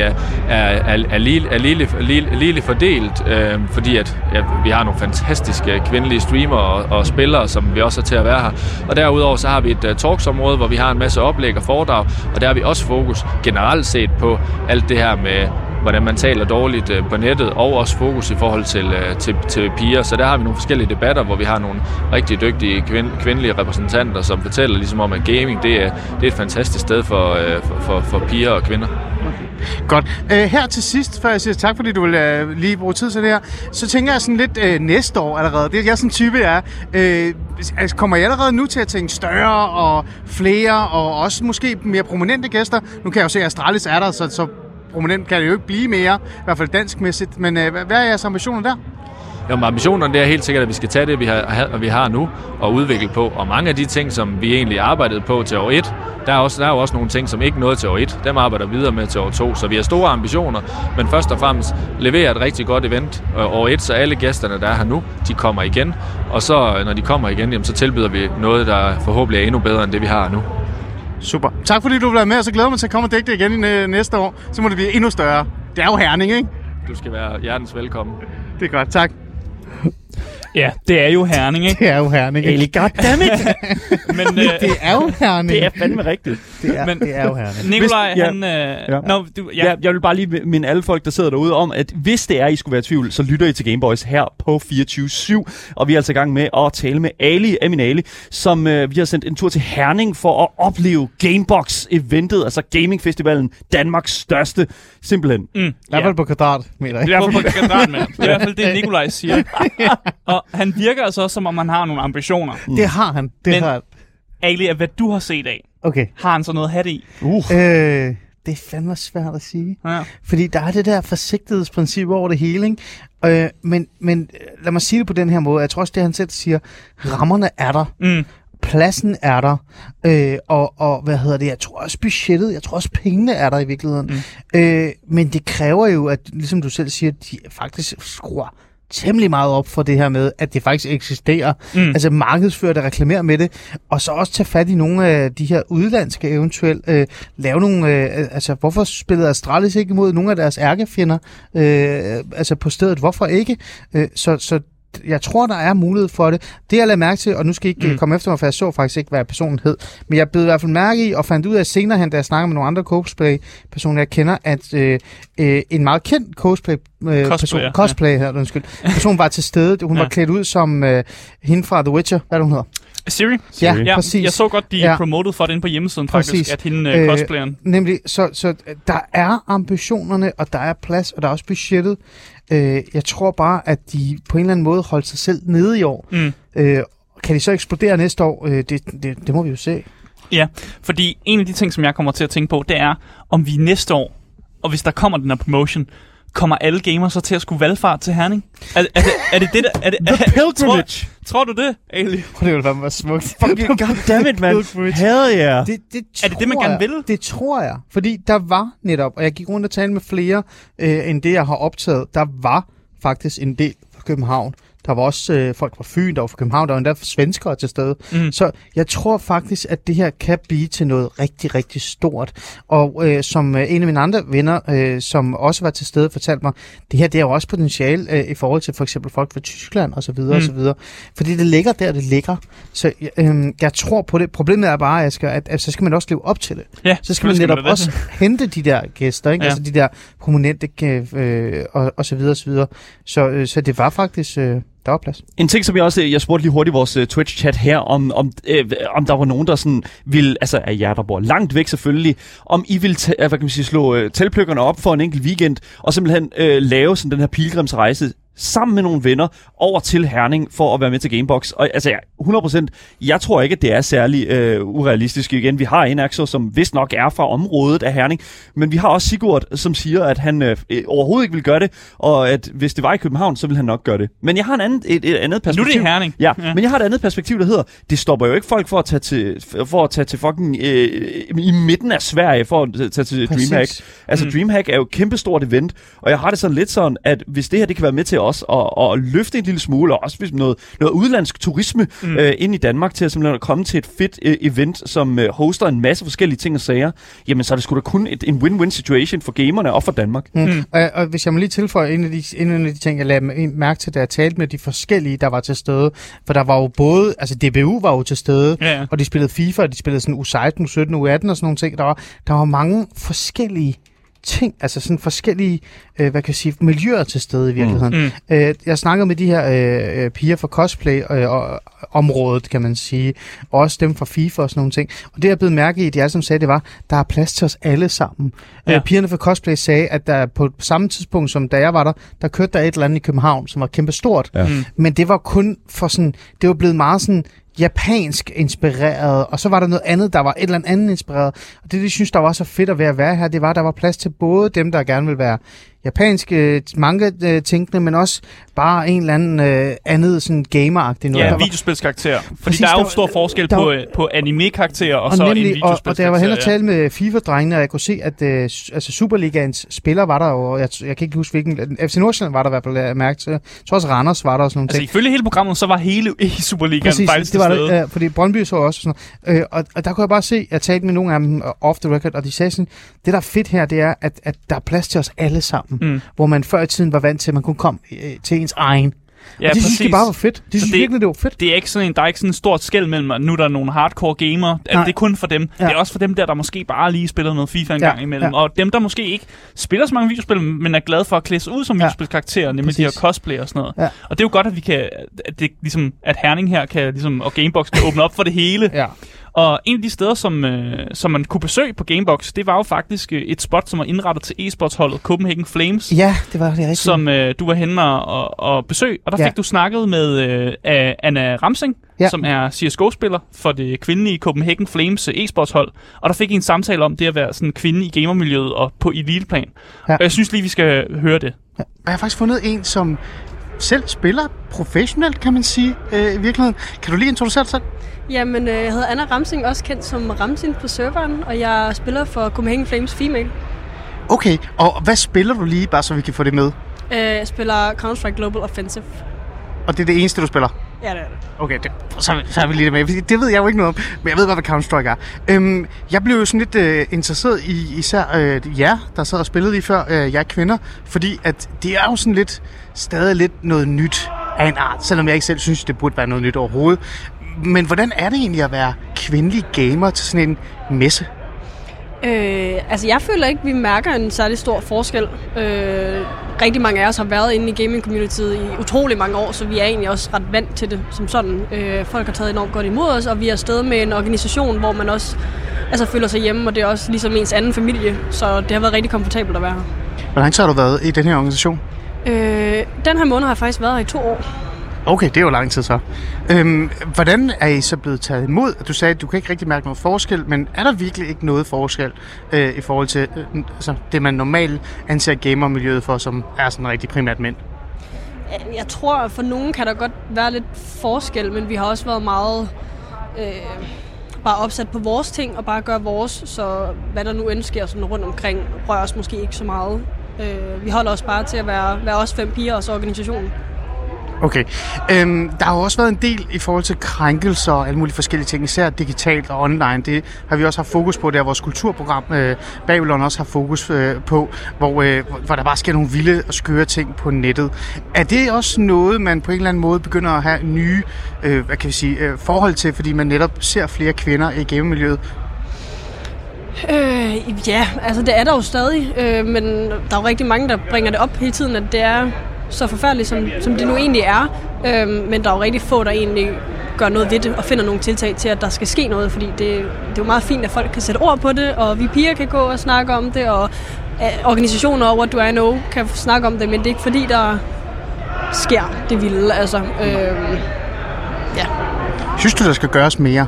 er ligeligt fordelt, fordi at vi har nogle fantastiske kvindelige streamere og spillere, som vi også er til at være her. Og derudover så har vi et talksområde, hvor vi har en masse oplæg og foredrag, og der har vi også fokus generelt set på alt det her med hvordan man taler dårligt på nettet, og også fokus i forhold til piger. Så der har vi nogle forskellige debatter, hvor vi har nogle rigtig dygtige kvindelige repræsentanter, som fortæller ligesom om, at gaming det er et fantastisk sted for piger og kvinder. Godt. Her til sidst, før jeg siger tak, fordi du vil lige bruge tid til det her, så tænker jeg sådan lidt næste år allerede. Det er jeg sådan en type, jeg er. Kommer jeg allerede nu til at tænke større og flere, og også måske mere prominente gæster? Nu kan jeg jo se, at Astralis er der, så prominent kan det jo ikke blive mere, i hvert fald danskmæssigt. Men hvad er jeres ambitioner der? Jo, ambitionerne det er helt sikkert, at vi skal tage det, vi har nu, og udvikle på. Og mange af de ting, som vi egentlig arbejdede på til år 1, der er jo også nogle ting, som ikke nåede til år 1. Dem arbejder videre med til år 2. Så vi har store ambitioner, men først og fremmest levere et rigtig godt event år 1, så alle gæsterne, der er her nu, de kommer igen. Og så, når de kommer igen, jamen, så tilbyder vi noget, der forhåbentlig er endnu bedre end det, vi har nu. Super. Tak fordi du vil være med, og så glæder mig til at komme og dække det igen i næste år. Så må det blive endnu større. Det er jo Herning, ikke? Du skal være hjertens velkommen. Det er godt. Tak. Ja, det er jo Herning, ikke? Det er jo Herning, ikke? Goddammit! Men det er jo Herning. Det er fandme rigtigt. Det er jo Herning. Nikolaj, Jeg vil bare lige minde alle folk, der sidder derude om, at hvis det er, I skulle være i tvivl, så lytter I til Gameboys her på 24/7. Og vi er altså i gang med at tale med Amin Ali, som vi har sendt en tur til Herning for at opleve Gamebox-eventet, altså gamingfestivalen, Danmarks største, simpelthen. I hvert fald på kvadratmeter. I hvert fald på kvadratmeter. Det er i hvert fald det, Nikolaj siger. Og han virker altså også, som om han har nogle ambitioner. Det har han. Men Ali, hvad du har set af, har han så noget at have det i? Det er fandme svært at sige. Ja. Fordi der er det der forsigtighedsprincip over det hele, ikke? Men lad mig sige det på den her måde. Jeg tror også, det han selv siger, rammerne er der. Pladsen er der, og hvad hedder det, jeg tror også budgettet, jeg tror også pengene er der i virkeligheden. Men det kræver jo, at ligesom du selv siger, de faktisk skruer temmelig meget op for det her med, at det faktisk eksisterer. Altså markedsføre det, reklamere med det, og så også tage fat i nogle af de her udlandske eventuelt, lave nogle, altså hvorfor spillede Astralis ikke imod nogle af deres ærkefjender, altså på stedet, hvorfor ikke? Så jeg tror, der er mulighed for det. Det jeg lagde mærke til, og nu skal I ikke komme efter mig, for jeg så faktisk ikke, hvad personen hed, men jeg blev i hvert fald mærke i, og fandt ud af senere hen, da jeg snakkede med nogle andre cosplay-personer, jeg kender, at en meget kendt cosplay her, person var til stede. Hun var klædt ud som hende fra The Witcher. Hvad hun hedder? Siri? Ja, præcis. Jeg så godt, de promoted for det inde på hjemmesiden, faktisk, at hende cosplayeren. Nemlig, så der er ambitionerne, og der er plads, og der er også budgettet. Jeg tror bare, at de på en eller anden måde holdt sig selv nede i år. Kan de så eksplodere næste år? Det må vi jo se. Ja, fordi en af de ting, som jeg kommer til at tænke på, det er, om vi næste år, og hvis der kommer den her promotion, kommer alle gamere så til at skulle valgfart til Herning? Er det det, der... The Pilgrimage! Tror du det, Ali? Det ville være smukt. Goddammit, man. Hell yeah. Er det det, man gerne vil? Det tror jeg. Fordi der var netop, og jeg gik rundt og talte med flere, end det, jeg har optaget, der var faktisk en del fra København. Der var også folk fra Fyn, der var fra København, der var endda svenskere til stede. Så jeg tror faktisk, at det her kan blive til noget rigtig, rigtig stort. Og som en af mine andre venner, som også var til stede, fortalte mig, det her det er jo også potentiale i forhold til for eksempel folk fra Tyskland og så videre og så videre. Fordi det ligger der, det ligger. Så jeg tror på det. Problemet er bare, at så skal man også leve op til det. Ja, så skal man netop også hente de der gæster, ikke? Ja. Altså de der prominente og så videre og så videre. Så det var faktisk... Der var plads. En ting, som jeg spurgte lige hurtigt i vores Twitch-chat her, om der var nogen, der sådan ville, altså af jer, der bor langt væk selvfølgelig, om I ville slå teltpløkkerne op for en enkelt weekend, og simpelthen lave sådan den her pilgrimsrejse sammen med nogle venner over til Herning for at være med til Gamebox. Og altså 100%, jeg tror ikke, at det er særlig urealistisk. Igen, vi har en Axo, som vist nok er fra området af Herning, men vi har også Sigurd, som siger, at han overhovedet ikke vil gøre det, og at hvis det var i København, så vil han nok gøre det. Men jeg har et andet perspektiv. Nu er det Herning. Ja, men jeg har et andet perspektiv, der hedder, det stopper jo ikke folk for at tage til fucking i midten af Sverige for at tage til DreamHack. Altså DreamHack er jo et kæmpestort event, og jeg har det sådan lidt sådan, at hvis det her, det kan være med til os at løfte en lille smule, og også noget udlandsk turisme ind i Danmark til at simpelthen komme til et fedt event, som hoster en masse forskellige ting og sager, jamen så er det sgu da kun en win-win situation for gamerne og for Danmark. Og hvis jeg må lige tilføje en af de ting, jeg lagde mærke til, da jeg talte med de forskellige, der var til stede, for der var jo både, altså DBU var jo til stede, og de spillede FIFA, og de spillede sådan U16, U17, U18 og sådan nogle ting. Der var mange forskellige ting, altså sådan forskellige, hvad kan jeg sige, miljøer til stede i virkeligheden. Jeg snakkede med de her piger fra cosplay-området, kan man sige, og også dem fra FIFA og sådan nogle ting. Og det jeg blev mærke i, de alle sammen sagde, det var, der er plads til os alle sammen. Pigerne fra cosplay sagde, at der på samme tidspunkt, som da jeg var der kørte der et eller andet i København, som var kæmpestort. Men det var kun for sådan, det var blevet meget sådan, japansk inspireret, og så var der noget andet, der var et eller andet inspireret. Og det, de synes, der var så fedt at være her, det var, at der var plads til både dem, der gerne vil være japanske manga-tænkende, men også bare en eller anden andet sådan gamer-agtig noget. Ja, videospilskarakterer. Fordi der er jo stor forskel på anime-karakterer og så en videospilskarakter. Og da jeg var hen og tale med FIFA-drengene, og jeg kunne se, at altså Superligaens spiller var der jo, jeg kan ikke huske hvilken, FC Nordsjælland var der i hvert fald mærke til. Jeg tror også Randers var der og sådan nogle ting. Altså ifølge hele programmet, så var hele Superligaen faktisk det var det, fordi Brøndby så også sådan noget. Og der kunne jeg bare se, jeg talte med nogle af dem off the record, og de sagde sådan, det der er fedt her, det er, at der er plads til os alle sammen. Hvor man før i tiden var vant til, at man kunne komme til ens egen. Ja, og de synes, det bare var fedt. De synes virkelig, det var fedt. Det er ikke sådan der er ikke sådan en stort skel mellem, at nu der er nogle hardcore gamere. At det er kun for dem. Ja. Det er også for dem der måske bare lige spiller noget FIFA en gang imellem. Ja. Og dem, der måske ikke spiller så mange videospil, men er glade for at klæde sig ud som videospilskarakterer, nemlig de her cosplay og sådan noget. Ja. Og det er jo godt, at vi kan, at Herning her kan, ligesom, og Gamebox kan åbne op for det hele. Ja. Og en af de steder, som man kunne besøge på Gamebox, det var jo faktisk et spot, som var indrettet til e-sportsholdet Copenhagen Flames. Ja, det var det rigtigt. Som du var henne og besøge. Og der fik du snakket med Anna Ramsing, som er CSGO-spiller for det kvindelige Copenhagen Flames e-sportshold. Og der fik I en samtale om det at være sådan kvinde i gamermiljøet og på eliteplan. Ja. Og jeg synes lige, vi skal høre det. Ja. Jeg har faktisk fundet en, som selv spiller professionelt, kan man sige, i virkeligheden. Kan du lige introducere dig selv? Jamen, jeg hedder Anna Ramsing, også kendt som Ramsin på serveren, og jeg spiller for Copenhagen Flames Female. Okay, og hvad spiller du lige, bare så vi kan få det med? Jeg spiller Counter-Strike Global Offensive. Og det er det eneste, du spiller? Ja, det er det. Okay, så er vi lige med. Det ved jeg jo ikke noget om, men jeg ved godt, hvad Counter-Strike er. Jeg blev jo sådan lidt interesseret i især jer, der sad og spillede lige før, jer kvinder, fordi at det er jo sådan lidt, stadig lidt noget nyt af en art, selvom jeg ikke selv synes, det burde være noget nyt overhovedet. Men hvordan er det egentlig at være kvindelig gamer til sådan en messe? Altså, jeg føler ikke, vi mærker en særlig stor forskel. Rigtig mange af os har været inde i gaming-communityet i utrolig mange år, så vi er egentlig også ret vant til det som sådan. Folk har taget enormt godt imod os, og vi er afsted med en organisation, hvor man også føler sig hjemme, og det er også ligesom ens anden familie, så det har været rigtig komfortabelt at være her. Hvor lang tid har du været i den her organisation? Den her måned har jeg faktisk været her i 2 år. Okay, det er jo lang tid så. Hvordan er I så blevet taget imod? Du sagde, at du kan ikke rigtig mærke noget forskel, men er der virkelig ikke noget forskel i forhold til det, man normalt anser gamermiljøet for, som er sådan rigtig primært mænd? Jeg tror, at for nogen kan der godt være lidt forskel, men vi har også været meget bare opsat på vores ting og bare gøre vores, så hvad der nu end sker sådan rundt omkring, rører os måske ikke så meget. Vi holder os bare til at være os 5 piger og så organisationen. Okay. Der har jo også været en del i forhold til krænkelser og alle mulige forskellige ting, især digitalt og online. Det har vi også haft fokus på, det er vores kulturprogram, Babylon også har fokus på, hvor der bare sker nogle vilde og skøre ting på nettet. Er det også noget, man på en eller anden måde begynder at have nye forhold til, fordi man netop ser flere kvinder i gamemiljøet? Ja, altså det er der jo stadig, men der er jo rigtig mange, der bringer det op hele tiden, at det er så forfærdeligt, som det nu egentlig er. Men der er jo rigtig få, der egentlig gør noget ved det og finder nogle tiltag til, at der skal ske noget, fordi det er jo meget fint, at folk kan sætte ord på det, og vi piger kan gå og snakke om det, og organisationer og What Do I Know kan snakke om det, men det er ikke fordi, der sker det vilde. Altså, ja. Synes du, der skal gøres mere?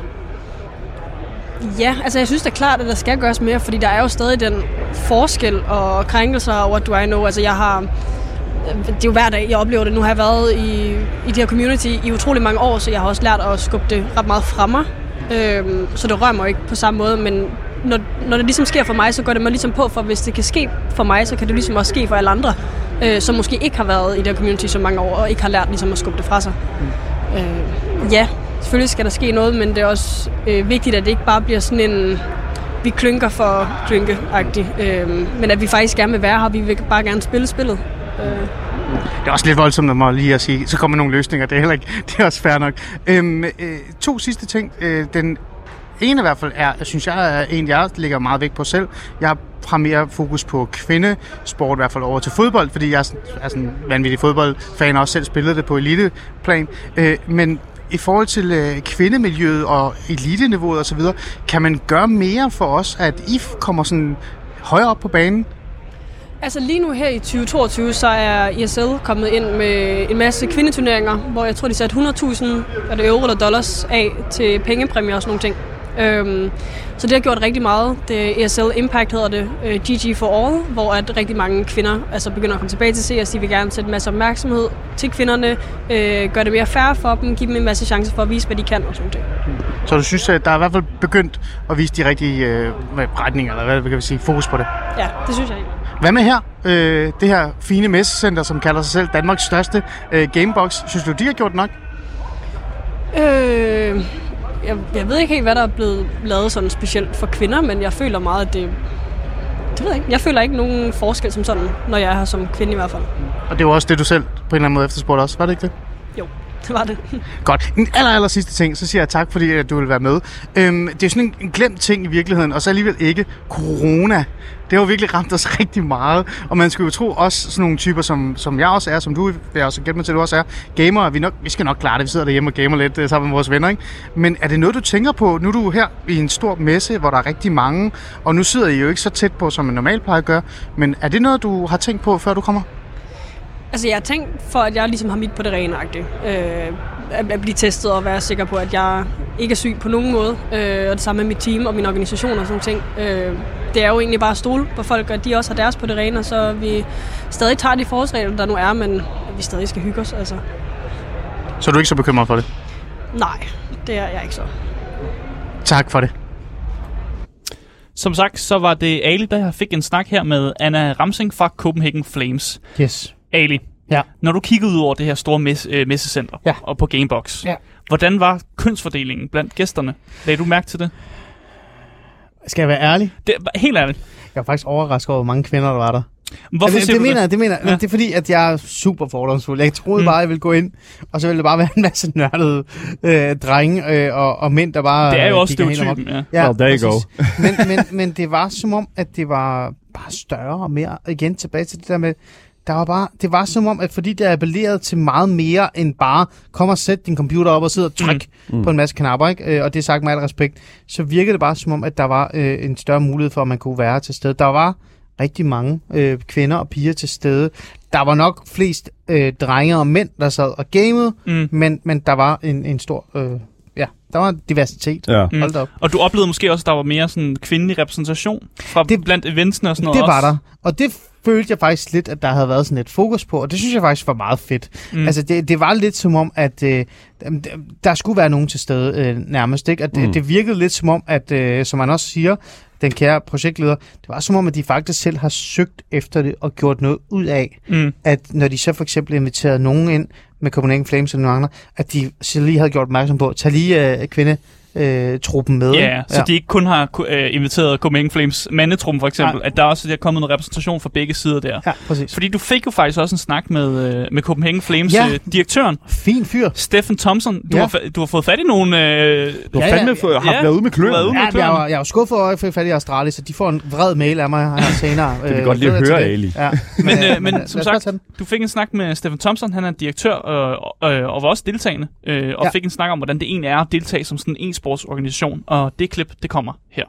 Ja, altså jeg synes da klart, at der skal gøres mere, fordi der er jo stadig den forskel og krænkelser og What Do I Know. Altså det er jo hver dag, jeg oplever det. Nu har jeg været i det her community i utrolig mange år, så jeg har også lært at skubbe det ret meget fra mig. Så det rører mig ikke på samme måde, men når det ligesom sker for mig, så går det mig ligesom på, for hvis det kan ske for mig, så kan det ligesom også ske for alle andre, som måske ikke har været i det her community så mange år, og ikke har lært ligesom at skubbe det fra sig. Ja, selvfølgelig skal der ske noget, men det er også vigtigt, at det ikke bare bliver sådan en vi klynker for klynke-agtigt, men at vi faktisk gerne vil være her, vi vil bare gerne spille spillet. Det er også lidt voldsomt at mig lige at sige, så kommer nogle løsninger, det er også fair nok. 2 sidste ting. Den ene i hvert fald synes jeg er en, jeg lægger meget vægt på selv. Jeg har mere fokus på kvindesport, i hvert fald over til fodbold, fordi jeg er sådan en vanvittig fodboldfan, og også selv spillede det på eliteplan. Men i forhold til kvindemiljøet og eliteniveauet osv., kan man gøre mere for os, at I kommer sådan højere op på banen? Altså lige nu her i 2022, så er ESL kommet ind med en masse kvindeturneringer, hvor jeg tror, de satte 100.000 euro eller dollars af til pengepræmier og sådan nogle ting. Så det har gjort rigtig meget. Det ESL Impact hedder det, GG for All, hvor at rigtig mange kvinder begynder at komme tilbage til CS. De vil gerne sætte en masse opmærksomhed til kvinderne, gøre det mere fair for dem, give dem en masse chancer for at vise, hvad de kan og sådan noget. Så du synes, at der er i hvert fald begyndt at vise de rigtige retninger, eller hvad kan vi sige, fokus på det? Ja, det synes jeg ikke. Hvad med her? Det her fine messecenter, som kalder sig selv Danmarks største gamebox. Synes du, de har gjort nok? Jeg ved ikke helt, hvad der er blevet lavet sådan specielt for kvinder, men jeg føler meget, at det ved jeg ikke. Jeg føler ikke nogen forskel som sådan, når jeg er her som kvinde i hvert fald. Og det var også det, du selv på en eller anden måde efterspurgte også, var det ikke det? Jo, det var det. Godt. En aller sidste ting, så siger jeg tak, fordi du vil være med. Det er sådan en glemt ting i virkeligheden, og så alligevel ikke corona. Det har jo virkelig ramt os rigtig meget, og man skulle jo tro også sådan nogle typer, som jeg også er, som du vil også gætte mig til, du også er, gamere, vi skal nok klare det, vi sidder derhjemme og gamer lidt sammen med vores venner, ikke? Men er det noget, du tænker på? Nu er du her i en stor messe, hvor der er rigtig mange, og nu sidder I jo ikke så tæt på, som man normalt plejer at gøre, men er det noget, du har tænkt på, før du kommer? Altså jeg har tænkt for, at jeg ligesom har mit på det rene-agtigt. At blive testet og være sikker på, at jeg ikke er syg på nogen måde. Og det samme med mit team og min organisation og sådan ting. Det er jo egentlig bare at stole på folk, at de også har deres på det rene, og så vi stadig tager de forholdsregler, der nu er, men at vi stadig skal hygge os. Altså. Så er du ikke så bekymret for det? Nej, det er jeg ikke så. Tak for det. Som sagt, så var det Ali, der fik en snak her med Anna Ramsing fra Copenhagen Flames. Yes. Ali, når du kiggede ud over det her store messecenter og på Gamebox, hvordan var kønsfordelingen blandt gæsterne? Lagde du mærke til det? Skal jeg være ærlig? Helt ærligt. Jeg var faktisk overrasket over, hvor mange kvinder, der var der. Hvorfor siger du det? Det mener jeg. Det er fordi, at jeg er super fordomsfuld. Jeg troede bare, at jeg ville gå ind, og så ville det bare være en masse nørdede drenge og mænd, der bare... Det er jo også stereotypen, ja. Well, there you go. men det var som om, at det var bare større og mere. Igen tilbage til det der med... Det var som om, at fordi det appellerede til meget mere end bare kom og sæt din computer op og sidde og tryk på en masse knapper, ikke? Og det er sagt med al respekt, så virkede det bare som om, at der var en større mulighed for, at man kunne være til stede. Der var rigtig mange kvinder og piger til stede. Der var nok flest drenge og mænd, der sad og gamede, men der var en stor... der var diversitet. Ja. Hold op. Og du oplevede måske også, at der var mere sådan kvindelig repræsentation fra blandt eventsene og sådan noget. Det var der. Og det følte jeg faktisk lidt, at der havde været sådan et fokus på, og det synes jeg faktisk var meget fedt. Altså, det var lidt som om, at der skulle være nogen til stede nærmest, ikke? At det virkede lidt som om, at som man også siger, den kære projektleder, det var som om, at de faktisk selv har søgt efter det og gjort noget ud af, at når de så for eksempel inviterede nogen ind med Copenhagen Flames eller nogle andre, at de så lige havde gjort opmærksom på, tag lige kvindetruppen med. Ja, så de ikke kun har inviteret Copenhagen Flames mandetruppen for eksempel, at der også er kommet noget repræsentation fra begge sider der. Ja, præcis. Fordi du fik jo faktisk også en snak med Copenhagen Flames direktøren. Fin fyr. Stephen Thompson. Du har fået fat i nogen... Du har fandme været ude med kløen. Jeg er skuffet over, at jeg fik fat i Australien, så de får en vred mail af mig her senere. Det vil godt lige høre, Ali. Ja. Men som sagt, du fik en snak med Stephen Thompson. Han er direktør og var også deltagende. Og fik en snak om, hvordan det egentlig er at deltage som sådan en e-sportsorganisation, og det klip, det kommer her.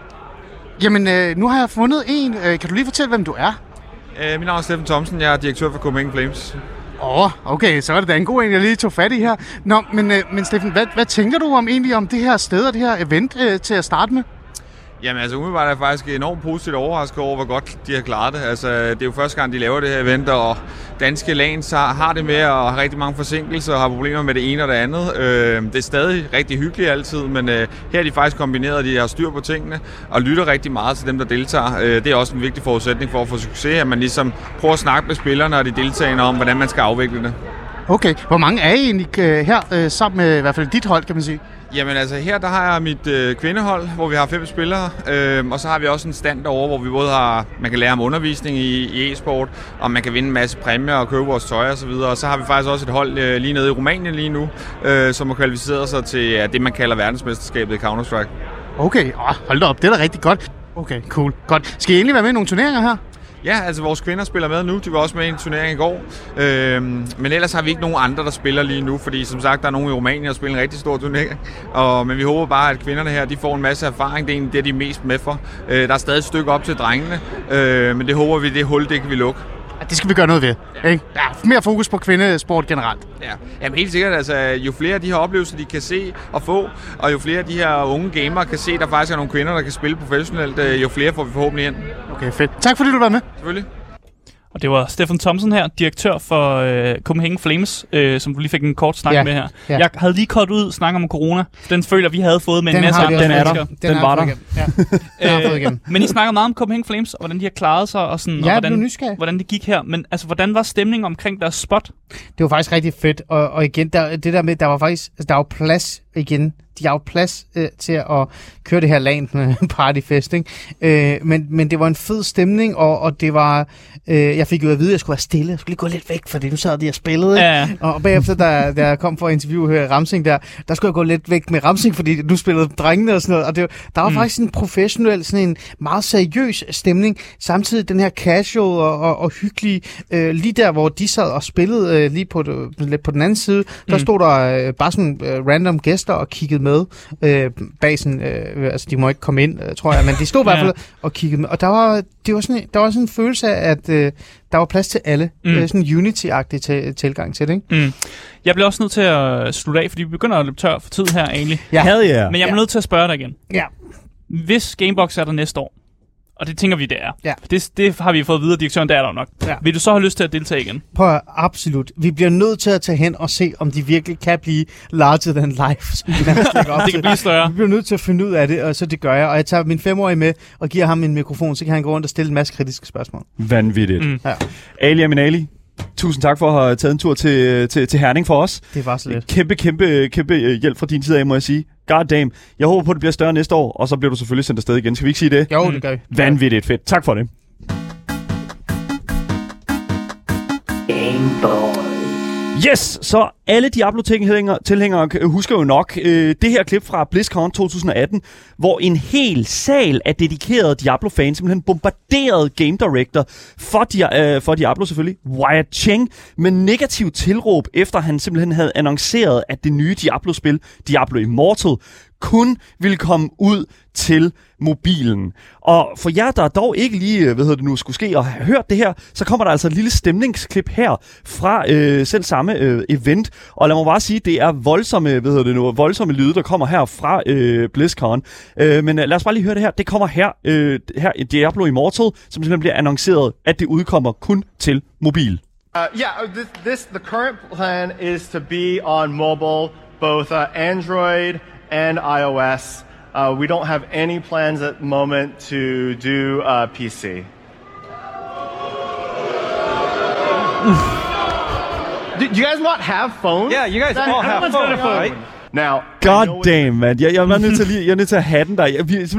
Jamen, nu har jeg fundet en. Kan du lige fortælle, hvem du er? Mit navn er Stephen Thompson, jeg er direktør for Copenhagen Flames. Okay, så er det da en god en, jeg lige tog fat i her. Nå, men Steffen, hvad tænker du om det her sted og det her event til at starte med? Jamen altså umiddelbart er jeg faktisk enormt positivt overrasket over, hvor godt de har klaret det. Altså det er jo første gang, de laver det her event, og danske lanes har det med at have rigtig mange forsinkelser og har problemer med det ene og det andet. Det er stadig rigtig hyggeligt altid, men her er de faktisk kombineret, de har styr på tingene og lytter rigtig meget til dem, der deltager. Det er også en vigtig forudsætning for at få succes, at man ligesom prøver at snakke med spillerne og de deltagende om, hvordan man skal afvikle det. Okay, hvor mange er I egentlig her sammen med i hvert fald dit hold, kan man sige? Jamen altså her der har jeg mit kvindehold, hvor vi har 5 spillere, og så har vi også en stand derovre, hvor vi både man kan lære om undervisning i e-sport, og man kan vinde en masse præmier og købe vores tøj og så videre. Og så har vi faktisk også et hold lige nede i Rumænien lige nu, som har kvalificeret sig til det, man kalder verdensmesterskabet i Counter-Strike. Okay, hold da op, det er da rigtig godt. Okay, cool, godt. Skal I egentlig være med i nogle turneringer her? Ja, altså vores kvinder spiller med nu. De var også med i en turnering i går. Men ellers har vi ikke nogen andre, der spiller lige nu, fordi som sagt, der er nogen i Rumænien, der spiller en rigtig stor turnering. Men vi håber bare, at kvinderne her, de får en masse erfaring. Det er egentlig det, de er mest med for. Der er stadig et stykke op til drengene, men det håber vi, det hul, det kan vi lukke. Det skal vi gøre noget ved, ikke? Ja, mere fokus på kvindesport generelt. Ja, jamen helt sikkert. Altså, jo flere af de her oplevelser, de kan se og få, og jo flere af de her unge gamere kan se, der faktisk er nogle kvinder, der kan spille professionelt, jo flere får vi forhåbentlig ind. Okay, fedt. Tak fordi du var med. Selvfølgelig. Og det var Stephen Thompson her, direktør for Copenhagen Flames, som du lige fik en kort snak med her. Ja. Jeg havde lige kort ud snak om corona. Den føler vi havde fået med en masse andre mennesker. Den var der. Ja. Men I snakker meget om Copenhagen Flames, og hvordan de har klaret sig, og, sådan, og hvordan det gik her. Men altså, hvordan var stemningen omkring deres spot? Det var faktisk rigtig fedt, og igen, det der med, der var faktisk, der var plads igen. De har jo plads til at køre det her LAN partyfest, ikke? Men det var en fed stemning, og det var... jeg fik jo at vide, at jeg skulle være stille. Jeg skulle lige gå lidt væk, fordi nu sad de og spillede. Ja. Og bagefter, da jeg kom for at interviewe Ramsing der skulle jeg gå lidt væk med Ramsing, fordi nu spillede drengene og sådan noget. Og der var faktisk en professionel, sådan en meget seriøs stemning. Samtidig den her casual og hyggelig, lige der, hvor de sad og spillede lige på den anden side, der stod der bare sådan random gæster og kiggede med bag sådan, altså de må ikke komme ind, tror jeg, men de stod i hvert fald og kiggede med, og der var sådan en følelse af, at der var plads til alle. Sådan en unity-agtig tilgang til det, ikke? Jeg bliver også nødt til at slutte af, fordi vi begynder at løbe tør for tid her egentlig. Ja. Men jeg er nødt til at spørge dig igen. Ja. Hvis Gamebox er der næste år, og det tænker vi, det er. Ja. Det har vi fået videre, direktøren, der er der nok. Ja. Vil du så have lyst til at deltage igen? Absolut. Vi bliver nødt til at tage hen og se, om de virkelig kan blive larger than life. Det kan blive større. Vi bliver nødt til at finde ud af det, og så det gør jeg. Og jeg tager min 5-årige med og giver ham en mikrofon, så kan han gå rundt og stille en masse kritiske spørgsmål. Vanvittigt. Ja. Ali Aminali, Tusind tak for at have taget en tur til Herning for os. Det var så lidt. Kæmpe hjælp fra din side af, må jeg sige. God damn. Jeg håber på, at det bliver større næste år, og så bliver du selvfølgelig sendt afsted igen. Skal vi ikke sige det? Jo, det gør vi. Vanvittigt fedt. Tak for det. Yes, så alle Diablo-tilhængere husker jo nok det her klip fra BlizzCon 2018, hvor en hel sal af dedikerede Diablo-fans simpelthen bombarderede Game Director for Diablo selvfølgelig, Wyatt Cheng, med negativ tilråb, efter han simpelthen havde annonceret, at det nye Diablo-spil, Diablo Immortal, kun ville komme ud til mobilen. Og for jer, der dog ikke lige, skulle ske og have hørt det her, så kommer der altså et lille stemningsklip her fra selv samme event. Og lad mig bare sige, det er voldsomme lyde, der kommer her fra BlizzCon. Men lad os bare lige høre det her. Det kommer her i Diablo Immortal, som simpelthen bliver annonceret, at det udkommer kun til mobil. The current plan is to be on mobile, both Android and iOS. We don't have any plans at the moment to do PC. Do you guys not have phones? Yeah, you guys all have phones, right? Now, God damn, man. Jeg er nødt til at have den der.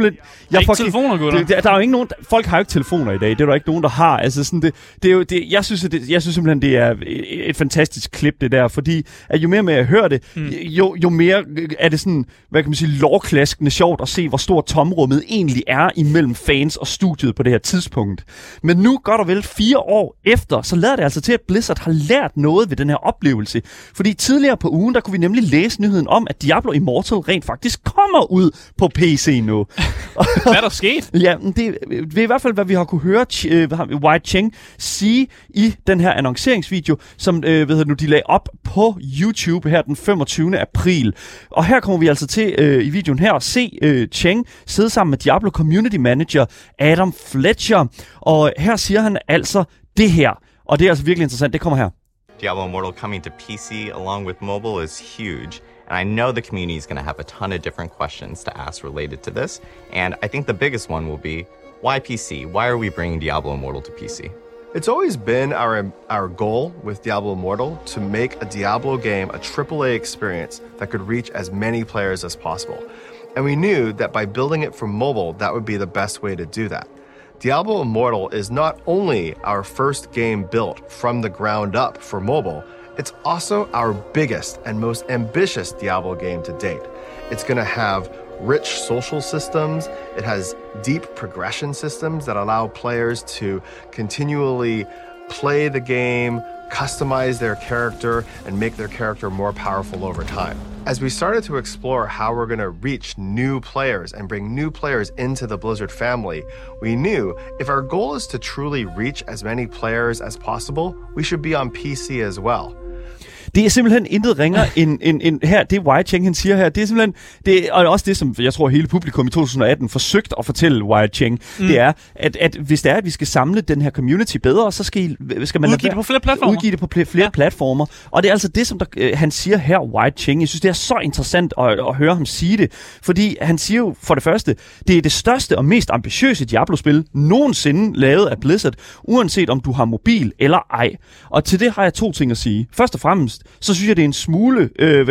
Telefoner, gutter. Der er jo ikke nogen... Folk har jo ikke telefoner i dag. Det er der ikke nogen, der har. Altså sådan det er jo det. Jeg synes simpelthen, det er et fantastisk klip, det der. Fordi at jo mere med at høre det, jo mere er det sådan, hvad kan man sige, lårklaskende sjovt at se, hvor stort tomrummet egentlig er imellem fans og studiet på det her tidspunkt. Men nu, godt og vel 4 år efter, så lader det altså til, at Blizzard har lært noget ved den her oplevelse. Fordi tidligere på ugen, der kunne vi nemlig læse nyheden om, at Diablo Immortal rent faktisk kommer ud på PC nu. Hvad er der sket? Ja, det er i hvert fald, hvad vi har kunne høre Wyatt Cheng sige i den her annonceringsvideo, som de lagde op på YouTube her den 25. april. Og her kommer vi altså til i videoen her at se Cheng sidde sammen med Diablo Community Manager Adam Fletcher. Og her siger han altså det her. Og det er altså virkelig interessant. Det kommer her. Diablo Immortal coming to PC along with mobile is huge. And I know the community is going to have a ton of different questions to ask related to this. And I think the biggest one will be, why PC? Why are we bringing Diablo Immortal to PC? it's always been our goal with Diablo Immortal to make a Diablo game a AAA experience that could reach as many players as possible. And we knew that by building it for mobile, that would be the best way to do that. Diablo Immortal is not only our first game built from the ground up for mobile, it's also our biggest and most ambitious Diablo game to date. It's going to have rich social systems. It has deep progression systems that allow players to continually play the game, customize their character, and make their character more powerful over time. As we started to explore how we're going to reach new players and bring new players into the Blizzard family, we knew if our goal is to truly reach as many players as possible, we should be on PC as well. Det er simpelthen intet ringer end her, det Wyatt Cheng han siger her, det er simpelthen, det er også det, som jeg tror hele publikum i 2018 forsøgte at fortælle Wyatt Cheng, det er, at hvis det er, at vi skal samle den her community bedre, så skal man udgive det på flere platformer. Udgive det på flere platformer, og det er altså det, som han siger her, Wyatt Cheng. Jeg synes, det er så interessant at høre ham sige det, fordi han siger jo for det første, det er det største og mest ambitiøse Diablo-spil nogensinde lavet af Blizzard, uanset om du har mobil eller ej. Og til det har jeg 2 ting at sige. Først og fremmest, så synes jeg, det er en smule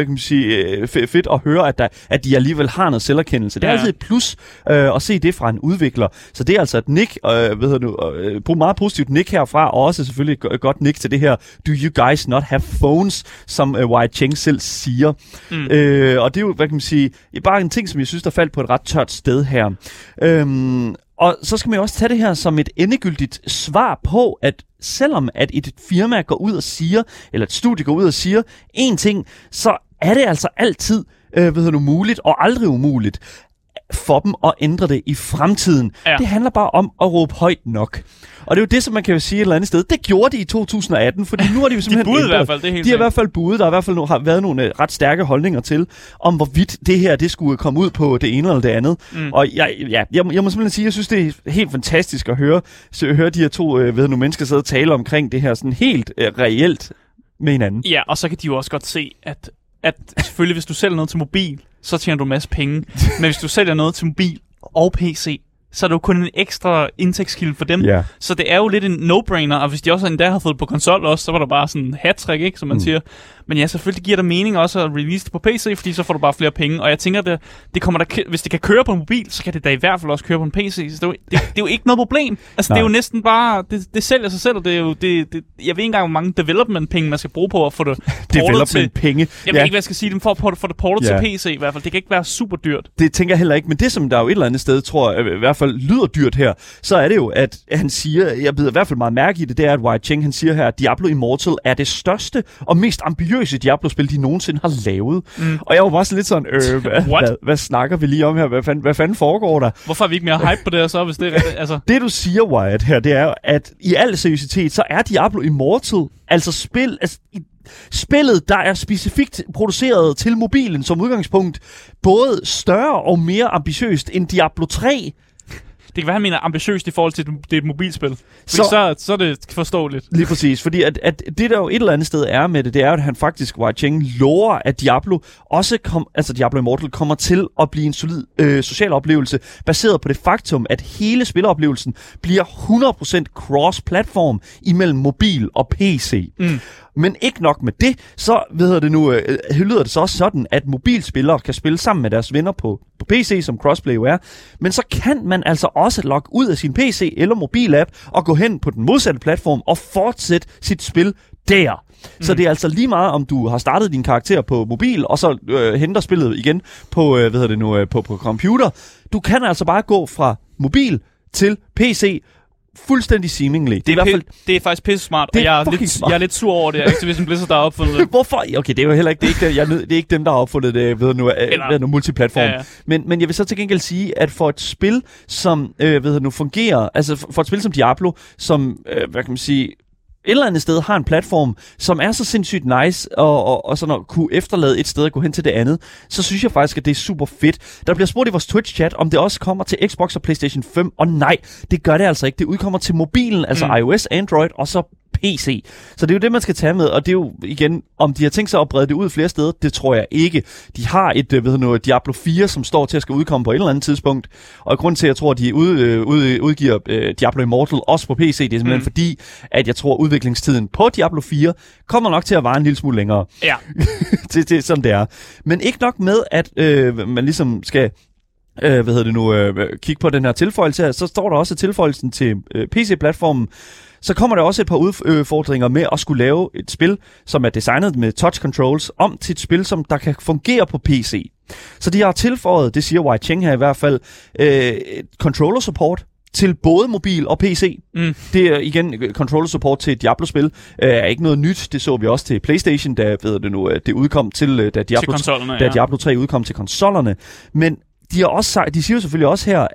fedt at høre, at de alligevel har noget selverkendelse. Det er altid et plus at se det fra en udvikler. Så det er altså et nick, meget positivt nick herfra, og også selvfølgelig et godt nick til det her, do you guys not have phones, som Wyatt Cheng selv siger. Og det er jo, bare en ting, som jeg synes, der faldt på et ret tørt sted her. Og så skal man jo også tage det her som et endegyldigt svar på, at selvom at et firma går ud og siger, eller et studie går ud og siger en ting, så er det altså altid muligt og aldrig umuligt for dem at ændre det i fremtiden. Ja. Det handler bare om at råbe højt nok. Og det er jo det, som man kan jo sige et eller andet sted. Det gjorde de i 2018, fordi nu har de jo simpelthen... de buede i hvert fald, det er helt de har i hvert fald budet. Der har i hvert fald har været nogle ret stærke holdninger til, om hvorvidt det her, det skulle komme ud på det ene eller det andet. Og jeg må simpelthen sige, jeg synes, det er helt fantastisk at høre de her 2 mennesker sidde og tale omkring det her sådan helt reelt med hinanden. Ja, og så kan de jo også godt se, at selvfølgelig, hvis du sælger noget til mobil, så tjener du en masse penge. Men hvis du sælger noget til mobil og PC, så er det jo kun en ekstra indtægtskilde for dem. Ja. Så det er jo lidt en no-brainer, og hvis de også endda har fået på konsol også, så var der bare sådan en hat-trick, ikke, som man siger. Men ja, selvfølgelig giver det mening også at release det på PC, fordi så får du bare flere penge. Og jeg tænker, det kommer der, hvis det kan køre på en mobil, så kan det da i hvert fald også køre på en PC. Så det er jo ikke noget problem. Altså, det er jo næsten bare, det sælger sig selv, og det er jo, jeg ved ikke engang, hvor mange development-penge, man skal bruge på at få det portet til. Penge. Jeg ved ikke, hvad jeg skal sige dem for at få det portet til PC i hvert fald. Det kan ikke være super dyrt. Det tænker jeg heller ikke, men det som der jo et eller andet sted, tror jeg, i hvert fald lyder dyrt her, så er det jo, at han siger, jeg ved i hvert fald meget mærke i det, det er, at Wai Cheng, han siger her, at Diablo Immortal er det største og mest ambitiøse Diablo-spil, de nogensinde har lavet. Og jeg var bare så lidt sådan, hvad snakker vi lige om her? Hvad fanden foregår der? Hvorfor er vi ikke mere hype på det her så, hvis det er rigtigt? Altså. Det du siger, Wyatt, her, det er, at i al seriøsitet, så er Diablo Immortal altså spillet, der er specifikt produceret til mobilen som udgangspunkt, både større og mere ambitiøst end Diablo 3. Det kan være, han mener ambitiøst i forhold til det mobilspil. Så er det forståeligt. Lige præcis, fordi at det der jo et eller andet sted er med det er, at han faktisk, Wai Cheng, lover, at Diablo også Diablo Immortal kommer til at blive en solid social oplevelse, baseret på det faktum, at hele spilleoplevelsen bliver 100% cross-platform imellem mobil og PC. Men ikke nok med det, så lyder det så også sådan, at mobilspillere kan spille sammen med deres venner på PC, som crossplay jo er. Men så kan man altså også logge ud af sin PC eller mobilapp og gå hen på den modsatte platform og fortsætte sit spil der. Så det er altså lige meget, om du har startet din karakter på mobil, og så henter spillet igen på, på computer. Du kan altså bare gå fra mobil til PC, fuldstændig seemingly. Det er faktisk pisse smart, og jeg er lidt sur over det. Activision Blizzard, der har opfundet det. Hvorfor? Okay, det er jo heller ikke det er ikke dem, der har opfundet det multiplatform. Ja. Men jeg vil så til gengæld sige, at for et spil, som fungerer, altså for et spil som Diablo, som hvad kan man sige, et eller andet sted har en platform, som er så sindssygt nice, og sådan at kunne efterlade et sted og gå hen til det andet, så synes jeg faktisk, at det er super fedt. Der bliver spurgt i vores Twitch-chat, om det også kommer til Xbox og PlayStation 5, og nej, det gør det altså ikke. Det udkommer til mobilen, altså iOS, Android, og så PC. Så det er jo det, man skal tage med, og det er jo igen, om de har tænkt sig at brede det ud flere steder, det tror jeg ikke. De har et Diablo 4, som står til at skal udkomme på et eller andet tidspunkt, og grund til, at jeg tror, at de udgiver Diablo Immortal også på PC, det er simpelthen fordi, at jeg tror, udviklingstiden på Diablo 4 kommer nok til at vare en lille smule længere. Ja. det sådan det er. Men ikke nok med, at man ligesom skal kigge på den her tilføjelse her, så står der også tilføjelsen til PC-platformen. Så kommer der også et par udfordringer med at skulle lave et spil, som er designet med touch controls, om til et spil, som der kan fungere på PC. Så de har tilføjet, det siger Wai Cheng her i hvert fald, controller support til både mobil og PC. Det er igen controller support til et Diablo-spil. Er ikke noget nyt. Det så vi også til PlayStation, da det udkom til da Diablo 3 udkom til konsollerne. Men de har også sagt, de siger jo selvfølgelig også her,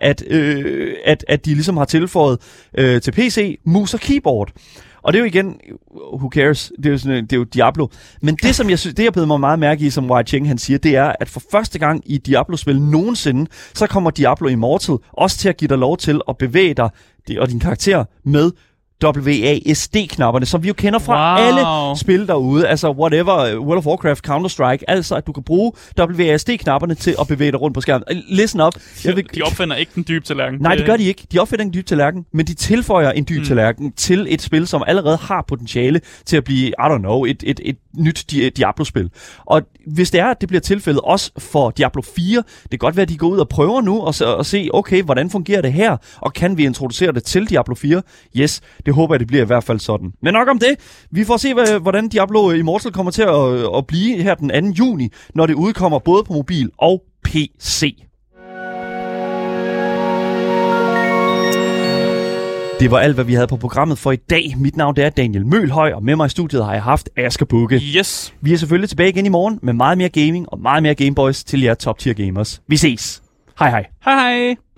at de ligesom har tilføjet til PC mus og keyboard. Og det er jo igen, who cares? Det er jo Diablo. Men det, som jeg beder mig meget mærke i, som Wai Cheng han siger, det er, at for første gang i Diablo-spil nogensinde, så kommer Diablo Immortal også til at give dig lov til at bevæge dig og din karakter med WASD-knapperne, som vi jo kender fra alle spil derude, altså whatever, World of Warcraft, Counter-Strike, altså at du kan bruge WASD-knapperne til at bevæge dig rundt på skærmen. Listen up. De opfinder ikke den dybe tallerken. Nej, det gør de ikke. De opfinder ikke en dyb tallerken, men de tilføjer en dyb tallerken til et spil, som allerede har potentiale til at blive, I don't know, et nyt Diablo-spil. Og hvis det er, at det bliver tilfældet også for Diablo 4, det kan godt være, at de går ud og prøver nu og se, okay, hvordan fungerer det her, og kan vi introducere det til Diablo 4? Yes, det håber jeg, det bliver i hvert fald sådan. Men nok om det. Vi får se, hvordan Diablo Immortal kommer til at blive her den 2. juni, når det udkommer både på mobil og PC. Det var alt, hvad vi havde på programmet for i dag. Mit navn er Daniel Mølhøj, og med mig i studiet har jeg haft Asger Bukke. Yes. Vi er selvfølgelig tilbage igen i morgen med meget mere gaming og meget mere Gameboys til jer top tier gamers. Vi ses. Hej hej. Hej hej.